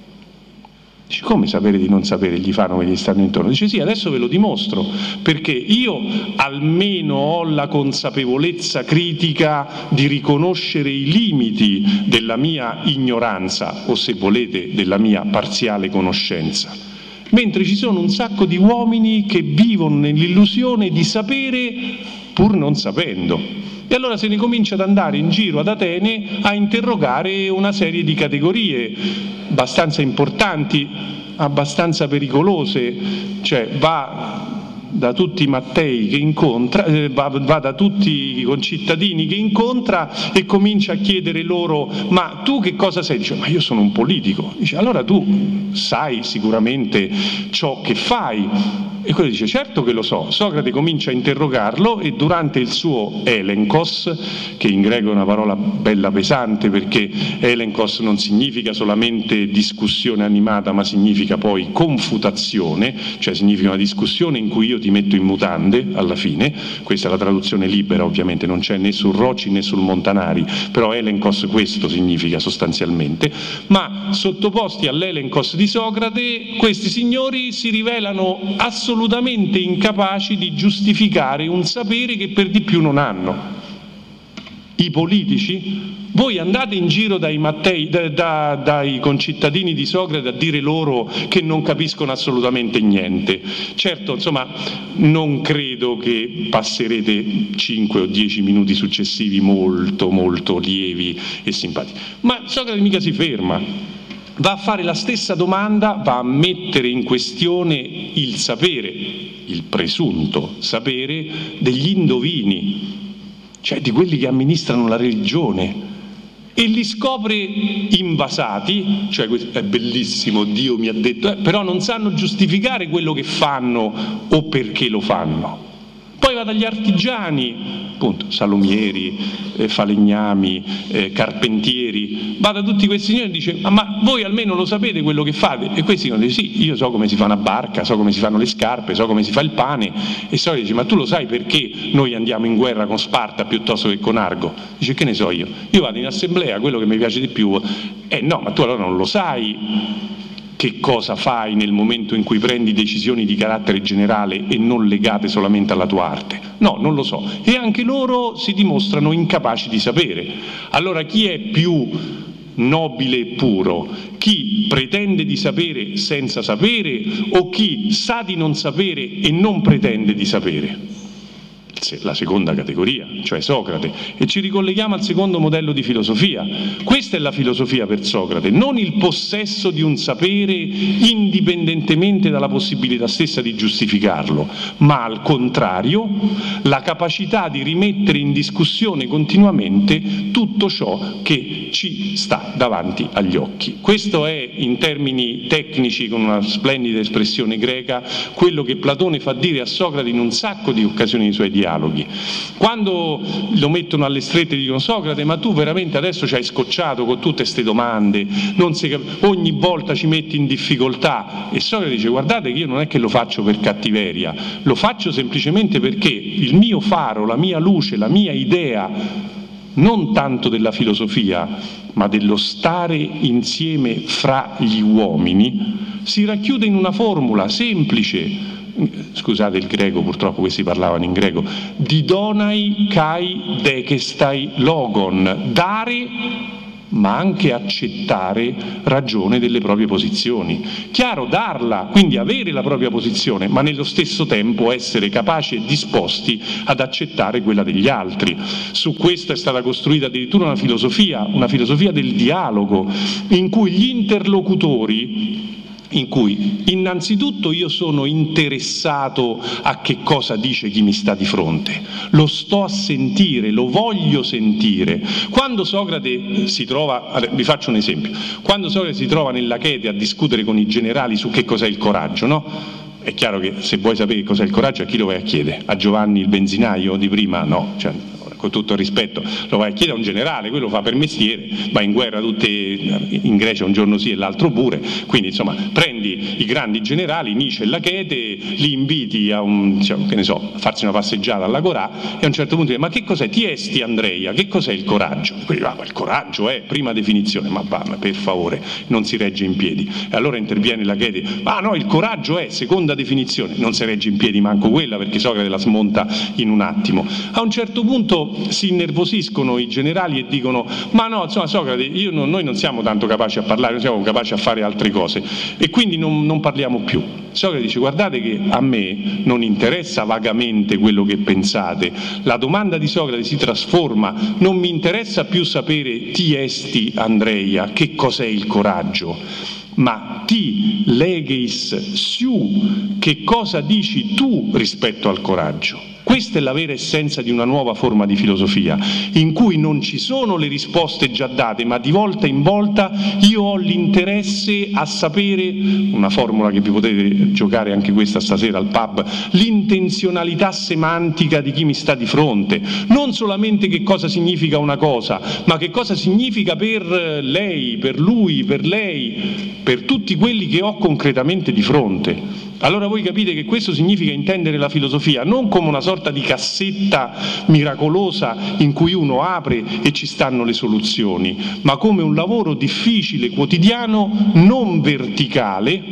Dice, come sapere di non sapere? Gli fanno che gli stanno intorno. Dice sì, adesso ve lo dimostro, perché io almeno ho la consapevolezza critica di riconoscere i limiti della mia ignoranza, o se volete della mia parziale conoscenza. Mentre ci sono un sacco di uomini che vivono nell'illusione di sapere pur non sapendo. E allora se ne comincia ad andare in giro ad Atene a interrogare una serie di categorie abbastanza importanti, abbastanza pericolose, cioè va da tutti i Mattei che incontra, eh, va, va da tutti i concittadini che incontra e comincia a chiedere loro ma tu che cosa sei? Dice ma io sono un politico. Dice allora tu sai sicuramente ciò che fai. E quello dice certo che lo so. Socrate comincia a interrogarlo e durante il suo elenkos, che in greco è una parola bella pesante perché elenkos non significa solamente discussione animata ma significa poi confutazione, cioè significa una discussione in cui io ti metto in mutande alla fine, questa è la traduzione libera ovviamente, non c'è né sul Rocci né sul Montanari, però elenkos questo significa sostanzialmente, ma sottoposti all'elenkos di Socrate questi signori si rivelano assolutamente assolutamente incapaci di giustificare un sapere che per di più non hanno. I politici, voi andate in giro dai, Mattei, da, da, dai concittadini di Socrate a dire loro che non capiscono assolutamente niente. Certo, insomma, non credo che passerete cinque o dieci minuti successivi molto, molto lievi e simpatici. Ma Socrate mica si ferma. Va a fare la stessa domanda, va a mettere in questione il sapere, il presunto sapere degli indovini, cioè di quelli che amministrano la religione, e li scopre invasati, cioè è bellissimo, Dio mi ha detto, eh, però non sanno giustificare quello che fanno o perché lo fanno. Poi va dagli artigiani, appunto, salumieri, eh, falegnami, eh, carpentieri, va da tutti questi signori e dice ah, ma voi almeno lo sapete quello che fate? E questi dicono sì, io so come si fa una barca, so come si fanno le scarpe, so come si fa il pane. E Socrate dice ma tu lo sai perché noi andiamo in guerra con Sparta piuttosto che con Argo? Dice che ne so io, io vado in assemblea, quello che mi piace di più. Eh no, ma tu allora non lo sai che cosa fai nel momento in cui prendi decisioni di carattere generale e non legate solamente alla tua arte? No, non lo so. E anche loro si dimostrano incapaci di sapere. Allora chi è più nobile e puro? Chi pretende di sapere senza sapere o chi sa di non sapere e non pretende di sapere? la seconda categoria, cioè Socrate, e ci ricolleghiamo al secondo modello di filosofia. Questa è la filosofia per Socrate, non il possesso di un sapere indipendentemente dalla possibilità stessa di giustificarlo, ma al contrario la capacità di rimettere in discussione continuamente tutto ciò che ci sta davanti agli occhi. Questo è, in termini tecnici, con una splendida espressione greca, quello che Platone fa dire a Socrate in un sacco di occasioni nei suoi dialoghi. Quando lo mettono alle strette dicono: Socrate, ma tu veramente adesso ci hai scocciato con tutte queste domande, non si cap- ogni volta ci metti in difficoltà. E Socrate dice: guardate che io non è che lo faccio per cattiveria, lo faccio semplicemente perché il mio faro, la mia luce, la mia idea, non tanto della filosofia, ma dello stare insieme fra gli uomini, si racchiude in una formula semplice. Scusate il greco, purtroppo questi parlavano in greco, didonai kai dekestai logon, dare ma anche accettare ragione delle proprie posizioni. Chiaro, darla, quindi avere la propria posizione, ma nello stesso tempo essere capaci e disposti ad accettare quella degli altri. Su questo è stata costruita addirittura una filosofia, una filosofia del dialogo, in cui gli interlocutori in cui innanzitutto io sono interessato a che cosa dice chi mi sta di fronte, lo sto a sentire, lo voglio sentire. Quando Socrate si trova, vi faccio un esempio, quando Socrate si trova nella Chede a discutere con i generali su che cos'è il coraggio, no? È chiaro che se vuoi sapere che cos'è il coraggio, a chi lo vai a chiedere? A Giovanni il benzinaio di prima? No, cioè, con tutto il rispetto, lo vai a chiedere a un generale, quello fa per mestiere, va in guerra tutte, in Grecia un giorno sì e l'altro pure, quindi insomma prendi i grandi generali, Nietzsche e la Chete, li inviti a un, diciamo, che ne so, a farsi una passeggiata all'Agorà e a un certo punto dici: ma che cos'è? Tiesti Andreia, che cos'è il coraggio? E quelli, ah, il coraggio è prima definizione, ma va, ma per favore, non si regge in piedi. E allora interviene la Chete: ah no, il coraggio è seconda definizione, non si regge in piedi manco quella, perché Socrate la smonta in un attimo. A un certo punto si innervosiscono i generali e dicono: ma no, insomma Socrate, io non, noi non siamo tanto capaci a parlare, non siamo capaci a fare altre cose e quindi non, non parliamo più. Socrate dice: guardate che a me non interessa vagamente quello che pensate, la domanda di Socrate si trasforma, non mi interessa più sapere ti esti Andreia, che cos'è il coraggio, ma ti legeis siu, che cosa dici tu rispetto al coraggio. Questa è la vera essenza di una nuova forma di filosofia, in cui non ci sono le risposte già date, ma di volta in volta io ho l'interesse a sapere, una formula che vi potete giocare anche questa stasera al pub, l'intenzionalità semantica di chi mi sta di fronte, non solamente che cosa significa una cosa, ma che cosa significa per lei, per lui, per lei, per tutti quelli che ho concretamente di fronte. Allora voi capite che questo significa intendere la filosofia non come una sorta di cassetta miracolosa in cui uno apre e ci stanno le soluzioni, ma come un lavoro difficile, quotidiano, non verticale,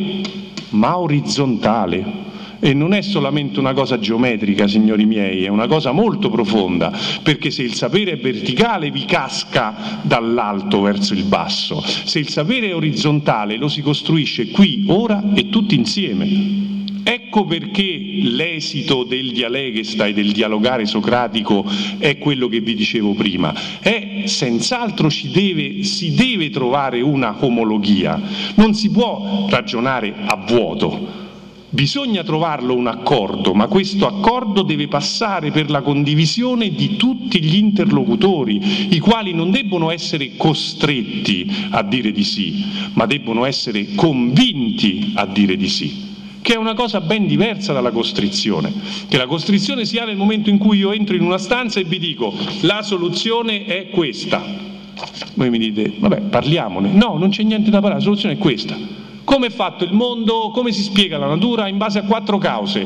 ma orizzontale. E non è solamente una cosa geometrica, signori miei, è una cosa molto profonda, perché se il sapere è verticale vi casca dall'alto verso il basso, se il sapere è orizzontale lo si costruisce qui, ora e tutti insieme. Ecco perché l'esito del dialegestai, del dialogare socratico, è quello che vi dicevo prima. È senz'altro ci deve, si deve trovare una omologia, non si può ragionare a vuoto. Bisogna trovarlo un accordo, ma questo accordo deve passare per la condivisione di tutti gli interlocutori, i quali non debbono essere costretti a dire di sì, ma debbono essere convinti a dire di sì, che è una cosa ben diversa dalla costrizione, che la costrizione si ha nel momento in cui io entro in una stanza e vi dico la soluzione è questa. Voi mi dite, vabbè, parliamone. No, non c'è niente da parlare, la soluzione è questa. Come è fatto il mondo? Come si spiega la natura? In base a quattro cause.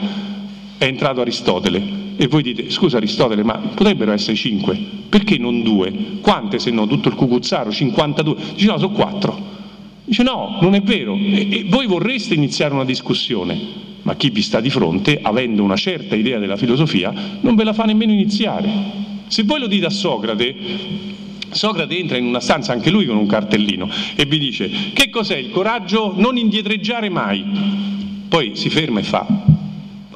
È entrato Aristotele. E voi dite, scusa Aristotele, ma potrebbero essere cinque. Perché non due? Quante se no? Tutto il cucuzzaro? cinquantadue? Dice no, sono quattro. Dice no, non è vero. E, e voi vorreste iniziare una discussione, ma chi vi sta di fronte, avendo una certa idea della filosofia, non ve la fa nemmeno iniziare. Se voi lo dite a Socrate, Socrate entra in una stanza, anche lui con un cartellino, e vi dice: che cos'è il coraggio? Non indietreggiare mai. Poi si ferma e fa: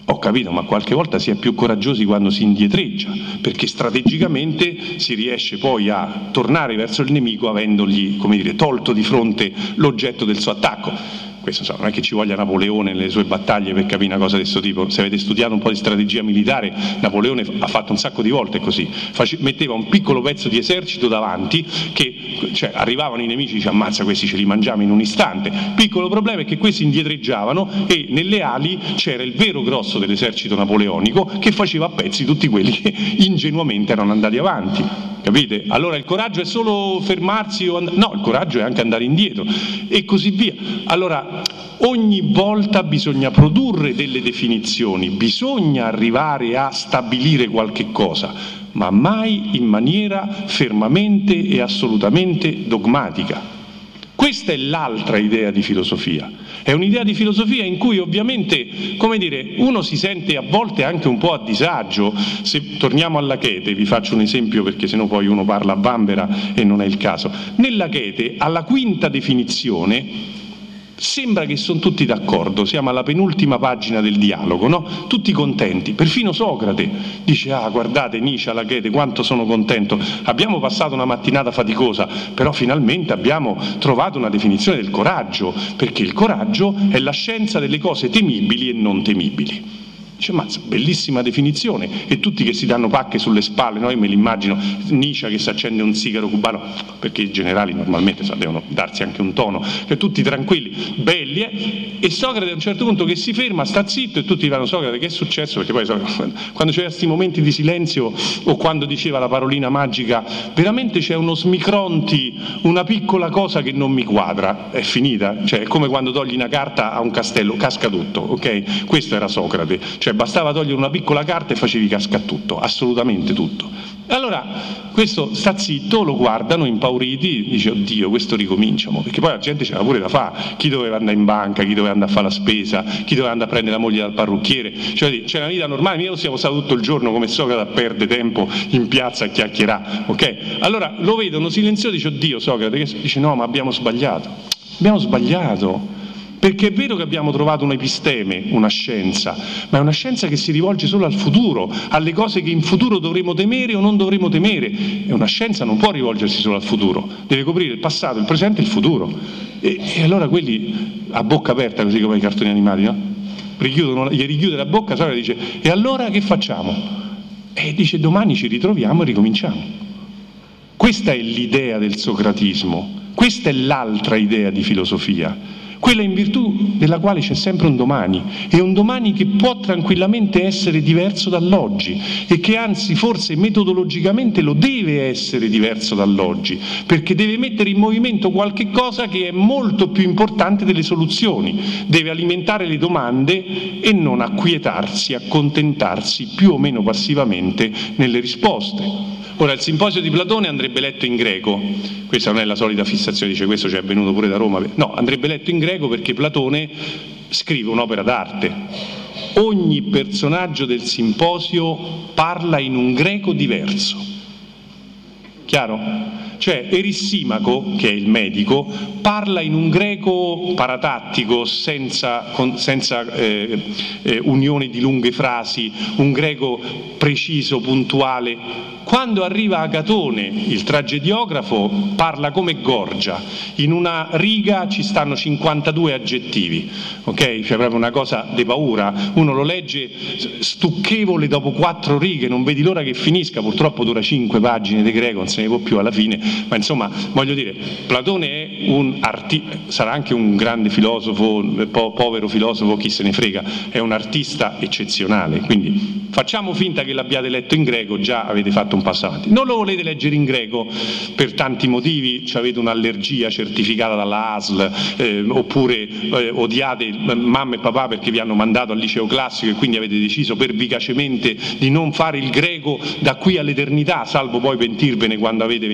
Ho capito, ma qualche volta si è più coraggiosi quando si indietreggia, perché strategicamente si riesce poi a tornare verso il nemico avendogli, come dire, tolto di fronte l'oggetto del suo attacco. Questo so, non è che ci voglia Napoleone nelle sue battaglie per capire una cosa di questo tipo. Se avete studiato un po' di strategia militare, Napoleone ha fatto un sacco di volte così, Face- metteva un piccolo pezzo di esercito davanti, che cioè, arrivavano i nemici, dice ammazza questi ce li mangiamo in un istante. Piccolo problema è che questi indietreggiavano e nelle ali c'era il vero grosso dell'esercito napoleonico che faceva a pezzi tutti quelli che ingenuamente erano andati avanti. Capite? Allora il coraggio è solo fermarsi o and- no, il coraggio è anche andare indietro e così via. Allora ogni volta bisogna produrre delle definizioni, bisogna arrivare a stabilire qualche cosa, ma mai in maniera fermamente e assolutamente dogmatica. Questa è l'altra idea di filosofia. È un'idea di filosofia in cui ovviamente, come dire, uno si sente a volte anche un po' a disagio. Se torniamo alla Chete, vi faccio un esempio perché sennò poi uno parla a vanvera e non è il caso. Nella Chete, alla quinta definizione, sembra che sono tutti d'accordo, siamo alla penultima pagina del dialogo, no? Tutti contenti, perfino Socrate dice ah guardate Nietzsche alla Chete quanto sono contento, abbiamo passato una mattinata faticosa, però finalmente abbiamo trovato una definizione del coraggio, perché il coraggio è la scienza delle cose temibili e non temibili. Dice, mazza, bellissima definizione, e tutti che si danno pacche sulle spalle, no? Io me l'immagino Nietzsche che si accende un sigaro cubano, perché i generali normalmente so, devono darsi anche un tono, cioè tutti tranquilli, belli, eh? E Socrate a un certo punto che si ferma, sta zitto e tutti dicono Socrate che è successo? Perché poi quando c'erano questi momenti di silenzio o quando diceva la parolina magica, veramente c'è uno smicronti, una piccola cosa che non mi quadra, è finita, cioè è come quando togli una carta a un castello, casca tutto, ok? Questo era Socrate, cioè bastava togliere una piccola carta e facevi casca tutto, assolutamente tutto. Allora questo sta zitto, lo guardano impauriti, dice oddio questo ricomincia, perché poi la gente c'era pure da fare, chi doveva andare in banca, chi doveva andare a fare la spesa, chi doveva andare a prendere la moglie dal parrucchiere, cioè c'è una vita normale, mica siamo stati tutto il giorno come Socrate a perdere tempo in piazza a chiacchierare, ok? Allora lo vedono silenzioso, dice oddio Socrate, che dice no ma abbiamo sbagliato, abbiamo sbagliato. Perché è vero che abbiamo trovato un episteme, una scienza, ma è una scienza che si rivolge solo al futuro, alle cose che in futuro dovremo temere o non dovremo temere. E una scienza non può rivolgersi solo al futuro, deve coprire il passato, il presente e il futuro. E, e allora quelli a bocca aperta, così come i cartoni animati, no? Richiudono, gli richiude la bocca, Socrate dice e allora che facciamo? E dice domani ci ritroviamo e ricominciamo. Questa è l'idea del socratismo, questa è l'altra idea di filosofia. Quella in virtù della quale c'è sempre un domani, e un domani che può tranquillamente essere diverso dall'oggi e che anzi forse metodologicamente lo deve essere diverso dall'oggi, perché deve mettere in movimento qualche cosa che è molto più importante delle soluzioni, deve alimentare le domande e non acquietarsi, accontentarsi più o meno passivamente nelle risposte. Ora, il simposio di Platone andrebbe letto in greco, questa non è la solita fissazione, dice questo ci è venuto pure da Roma, no, andrebbe letto in greco perché Platone scrive un'opera d'arte. Ogni personaggio del simposio parla in un greco diverso, chiaro? Cioè Erissimaco, che è il medico, parla in un greco paratattico, senza, con, senza eh, eh, unioni di lunghe frasi, un greco preciso, puntuale. Quando arriva Agatone, il tragediografo, parla come Gorgia, in una riga ci stanno cinquantadue aggettivi, ok? Cioè proprio una cosa di paura, uno lo legge stucchevole dopo quattro righe, non vedi l'ora che finisca, purtroppo dura cinque pagine di greco, non se ne può più alla fine, ma insomma voglio dire, Platone è un artista, sarà anche un grande filosofo, po- povero filosofo, chi se ne frega, è un artista eccezionale, quindi facciamo finta che l'abbiate letto in greco, già avete fatto un passo avanti. Non lo volete leggere in greco per tanti motivi, avete un'allergia certificata dalla A S L, eh, oppure eh, odiate mamma e papà perché vi hanno mandato al liceo classico e quindi avete deciso pervicacemente di non fare il greco da qui all'eternità, salvo poi pentirvene quando avete ventiquattro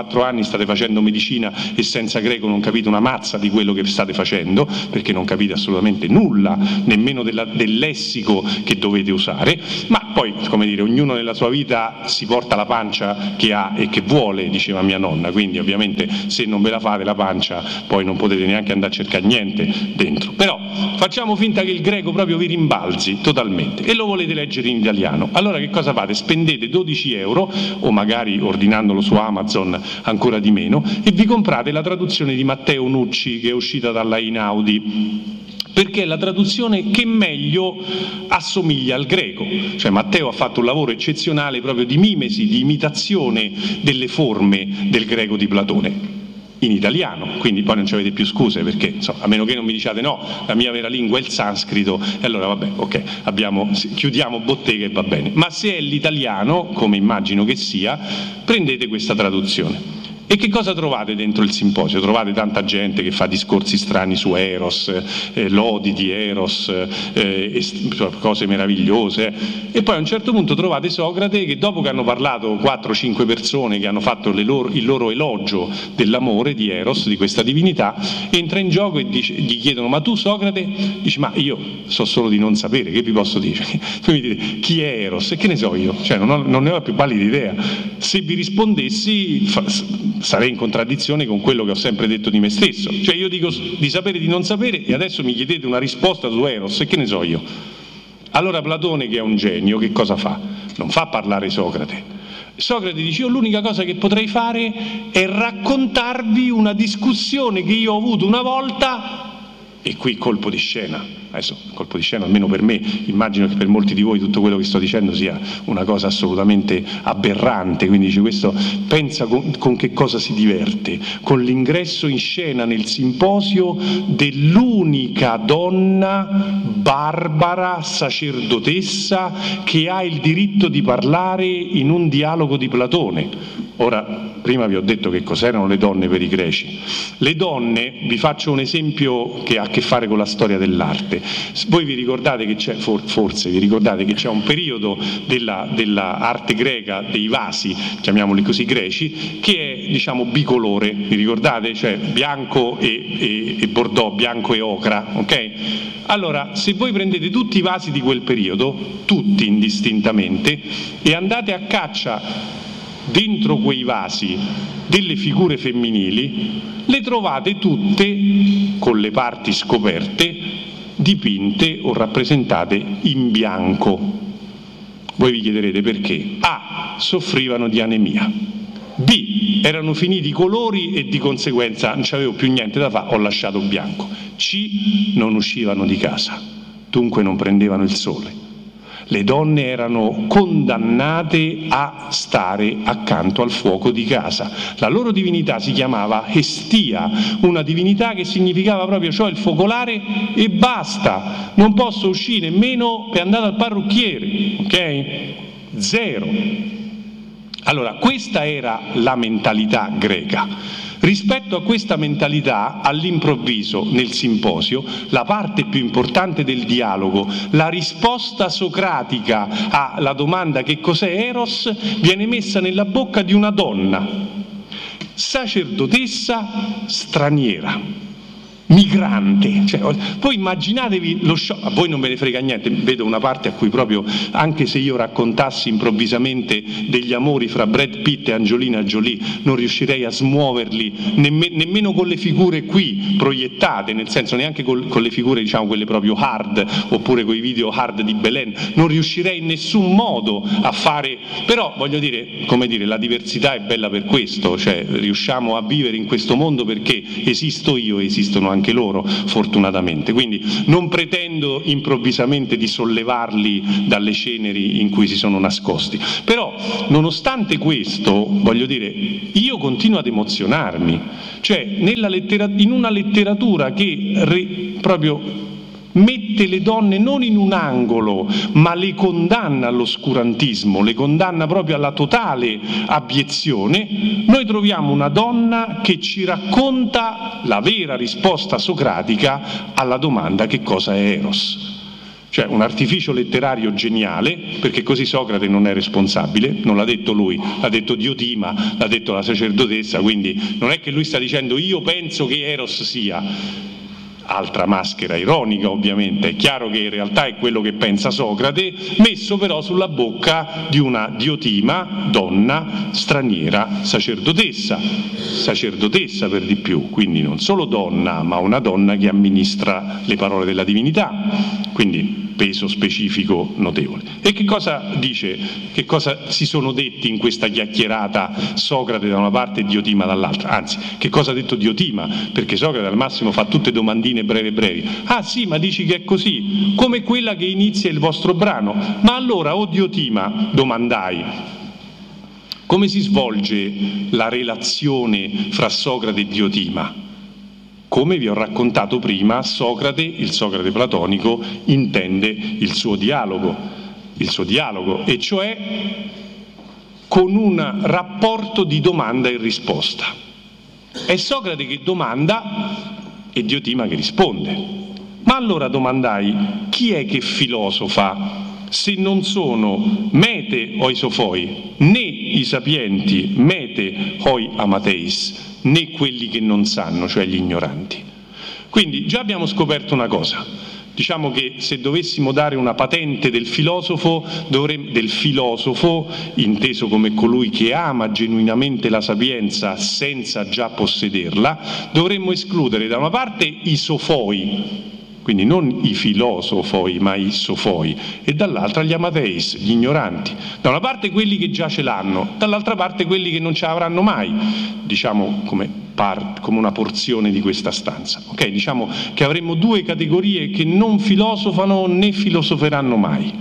quattro anni state facendo medicina e senza greco non capite una mazza di quello che state facendo, perché non capite assolutamente nulla, nemmeno della, del lessico che dovete usare, ma poi, come dire, ognuno nella sua vita si porta la pancia che ha e che vuole, diceva mia nonna, quindi ovviamente se non ve la fate la pancia poi non potete neanche andare a cercare niente dentro. Però facciamo finta che il greco proprio vi rimbalzi totalmente e lo volete leggere in italiano. Allora che cosa fate? Spendete dodici euro, o magari ordinandolo su Amazon ancora di meno, e vi comprate la traduzione di Matteo Nucci, che è uscita dalla Einaudi, perché è la traduzione che meglio assomiglia al greco. Cioè Matteo ha fatto un lavoro eccezionale proprio di mimesi, di imitazione delle forme del greco di Platone in italiano, quindi poi non ci avete più scuse, perché insomma, a meno che non mi diciate no, la mia vera lingua è il sanscrito, e allora vabbè, ok, abbiamo, chiudiamo bottega e va bene. Ma se è l'italiano, come immagino che sia, prendete questa traduzione. E che cosa trovate dentro il simposio? Trovate tanta gente che fa discorsi strani su Eros, eh, lodi di Eros, eh, e cose meravigliose, e poi a un certo punto trovate Socrate che, dopo che hanno parlato quattro cinque persone che hanno fatto le loro, il loro elogio dell'amore di Eros, di questa divinità, entra in gioco e dice, gli chiedono: ma tu Socrate? Dice: ma io so solo di non sapere, che vi posso dire? Voi mi dite chi è Eros? E che ne so io? Cioè non, ho, non ne ho la più pallida idea. Se vi rispondessi fa, sarei in contraddizione con quello che ho sempre detto di me stesso. Cioè io dico di sapere di non sapere e adesso mi chiedete una risposta su Eros, e che ne so io? Allora Platone, che è un genio, che cosa fa? Non fa parlare Socrate. Socrate dice: io l'unica cosa che potrei fare è raccontarvi una discussione che io ho avuto una volta, e qui colpo di scena. Adesso colpo di scena, almeno per me, immagino che per molti di voi tutto quello che sto dicendo sia una cosa assolutamente aberrante, quindi dice questo, pensa con, con che cosa si diverte, con l'ingresso in scena nel simposio dell'unica donna barbara, sacerdotessa, che ha il diritto di parlare in un dialogo di Platone. Ora, prima vi ho detto che cos'erano le donne per i greci. Le donne, vi faccio un esempio che ha a che fare con la storia dell'arte. Voi vi ricordate che c'è, forse vi ricordate che c'è un periodo della, della arte greca, dei vasi, chiamiamoli così, greci, che è, diciamo, bicolore, vi ricordate? Cioè bianco e, e, e bordeaux, bianco e ocra, ok? Allora, se voi prendete tutti i vasi di quel periodo, tutti indistintamente, e andate a caccia dentro quei vasi delle figure femminili, le trovate tutte con le parti scoperte, dipinte o rappresentate in bianco. Voi vi chiederete perché. A. Soffrivano di anemia. B. Erano finiti i colori e di conseguenza non c'avevo più niente da fare, ho lasciato bianco. C. Non uscivano di casa, dunque non prendevano il sole. Le donne erano condannate a stare accanto al fuoco di casa. La loro divinità si chiamava Hestia, una divinità che significava proprio ciò, il focolare e basta. Non posso uscire nemmeno per andare al parrucchiere, ok? Zero. Allora, questa era la mentalità greca. Rispetto a questa mentalità, all'improvviso, nel simposio, la parte più importante del dialogo, la risposta socratica alla domanda che cos'è Eros, viene messa nella bocca di una donna, sacerdotessa straniera, migrante. Cioè, voi immaginatevi lo shock. A voi non ve ne frega niente, vedo una parte a cui proprio, anche se io raccontassi improvvisamente degli amori fra Brad Pitt e Angelina Jolie, non riuscirei a smuoverli nemme, nemmeno con le figure qui proiettate, nel senso neanche con, con le figure, diciamo, quelle proprio hard, oppure con i video hard di Belen, non riuscirei in nessun modo a fare. Però voglio dire, come dire, la diversità è bella per questo, cioè riusciamo a vivere in questo mondo perché esisto io e esistono anche anche loro, fortunatamente. Quindi non pretendo improvvisamente di sollevarli dalle ceneri in cui si sono nascosti. Però, nonostante questo, voglio dire, io continuo ad emozionarmi. Cioè, nella lettera- in una letteratura che re- proprio mette le donne non in un angolo, ma le condanna all'oscurantismo, le condanna proprio alla totale abiezione, noi troviamo una donna che ci racconta la vera risposta socratica alla domanda che cosa è Eros. cioè un artificio letterario geniale, perché così Socrate non è responsabile, non l'ha detto lui, l'ha detto Diotima, l'ha detto la sacerdotessa, quindi non è che lui sta dicendo io penso che Eros sia, altra maschera ironica ovviamente, è chiaro che in realtà è quello che pensa Socrate, messo però sulla bocca di una Diotima, donna, straniera, sacerdotessa, sacerdotessa per di più, quindi non solo donna, ma una donna che amministra le parole della divinità, quindi peso specifico notevole. E che cosa dice, che cosa si sono detti in questa chiacchierata Socrate da una parte e Diotima dall'altra? Anzi, che cosa ha detto Diotima? Perché Socrate al massimo fa tutte domandine brevi brevi. Ah sì, ma dici che è così, come quella che inizia il vostro brano. Ma allora, o Diotima, domandai, come si svolge la relazione fra Socrate e Diotima? Come vi ho raccontato prima, Socrate, il Socrate platonico, intende il suo dialogo, il suo dialogo, e cioè con un rapporto di domanda e risposta. È Socrate che domanda e Diotima che risponde. Ma allora domandai, chi è che filosofa se non sono mete oi sofoi, né i sapienti mete oi amateis, né quelli che non sanno, cioè gli ignoranti. Quindi già abbiamo scoperto una cosa, diciamo che se dovessimo dare una patente del filosofo, dovremmo, del filosofo, inteso come colui che ama genuinamente la sapienza senza già possederla, dovremmo escludere da una parte i sofoi, quindi non i filosofoi ma i sofoi, e dall'altra gli amateis, gli ignoranti, da una parte quelli che già ce l'hanno, dall'altra parte quelli che non ce l'avranno mai, diciamo come, part, come una porzione di questa stanza. Ok, diciamo che avremmo due categorie che non filosofano né filosoferanno mai.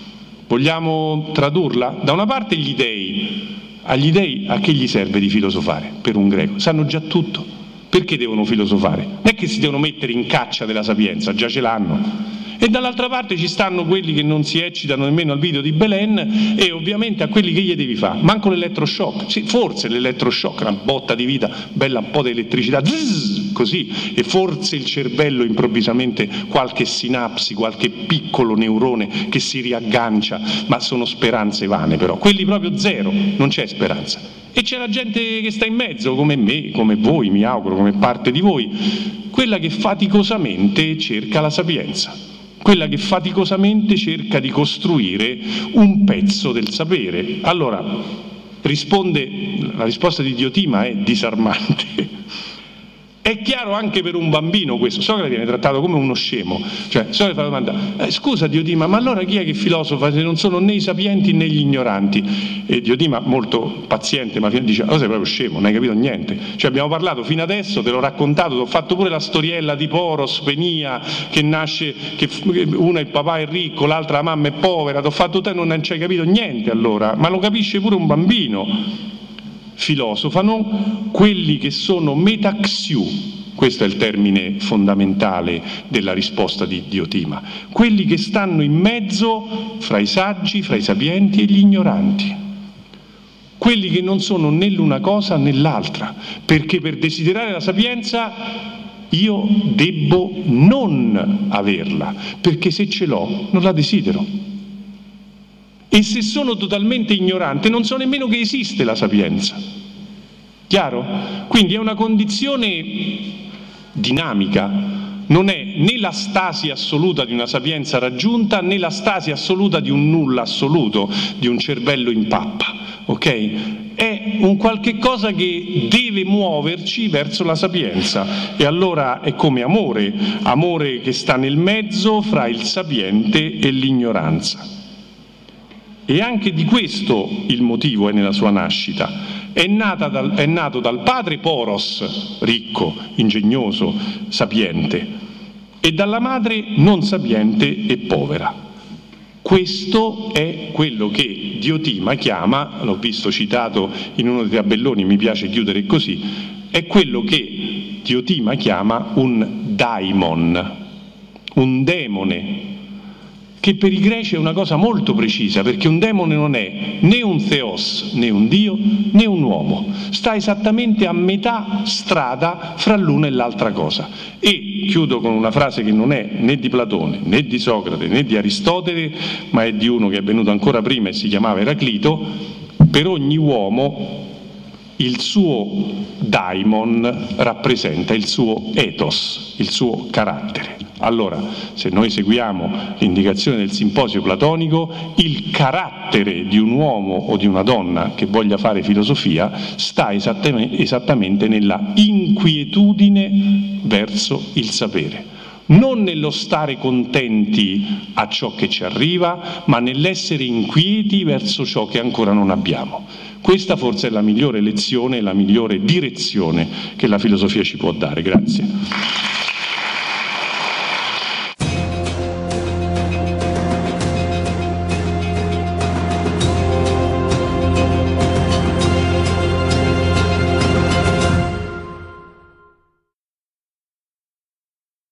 Vogliamo tradurla? Da una parte gli dei, agli dei a che gli serve di filosofare per un greco? Sanno già tutto. Perché devono filosofare? Non è che si devono mettere in caccia della sapienza, già ce l'hanno. E dall'altra parte ci stanno quelli che non si eccitano nemmeno al video di Belen e ovviamente a quelli che gli devi fare. Manco l'elettroshock, sì, forse l'elettroshock, una botta di vita, bella un po' di elettricità, zzz, così, e forse il cervello improvvisamente qualche sinapsi, qualche piccolo neurone che si riaggancia, ma sono speranze vane però. Quelli proprio zero, non c'è speranza. E c'è la gente che sta in mezzo, come me, come voi, mi auguro, come parte di voi, quella che faticosamente cerca la sapienza, quella che faticosamente cerca di costruire un pezzo del sapere. Allora, risponde, la risposta di Diotima è disarmante. È chiaro anche per un bambino questo, Socrate viene trattato come uno scemo, cioè Socrate fa la domanda, eh, scusa Diotima, ma allora chi è che filosofa se non sono né i sapienti né gli ignoranti? E Diotima, molto paziente, ma dice, oh sei proprio scemo, non hai capito niente, cioè abbiamo parlato fino adesso, te l'ho raccontato, ti ho fatto pure la storiella di Poros, Penia, che nasce, che una il papà è ricco, l'altra la mamma è povera, ti ho fatto te, non ci hai capito niente allora, ma lo capisce pure un bambino. Filosofano quelli che sono metaxiu, questo è il termine fondamentale della risposta di Diotima, quelli che stanno in mezzo fra i saggi, fra i sapienti e gli ignoranti, quelli che non sono né l'una cosa né l'altra, perché per desiderare la sapienza io debbo non averla, perché se ce l'ho non la desidero. E se sono totalmente ignorante non so nemmeno che esiste la sapienza. Chiaro? Quindi è una condizione dinamica, non è né la stasi assoluta di una sapienza raggiunta né la stasi assoluta di un nulla assoluto, di un cervello in pappa, ok? È un qualche cosa che deve muoverci verso la sapienza e allora è come amore, amore che sta nel mezzo fra il sapiente e l'ignoranza. E anche di questo il motivo è nella sua nascita. È, nata dal, è nato dal padre Poros, ricco, ingegnoso, sapiente, e dalla madre non sapiente e povera. Questo è quello che Diotima chiama, l'ho visto citato in uno dei tabelloni, mi piace chiudere così, è quello che Diotima chiama un daimon, un demone, che per i greci è una cosa molto precisa, perché un demone non è né un theos, né un dio, né un uomo, sta esattamente a metà strada fra l'una e l'altra cosa. E chiudo con una frase che non è né di Platone, né di Socrate, né di Aristotele, ma è di uno che è venuto ancora prima e si chiamava Eraclito: per ogni uomo il suo daimon rappresenta il suo ethos, il suo carattere. Allora, se noi seguiamo l'indicazione del simposio platonico, il carattere di un uomo o di una donna che voglia fare filosofia sta esattamente nella inquietudine verso il sapere. Non nello stare contenti a ciò che ci arriva, ma nell'essere inquieti verso ciò che ancora non abbiamo. Questa forse è la migliore lezione, la migliore direzione che la filosofia ci può dare. Grazie.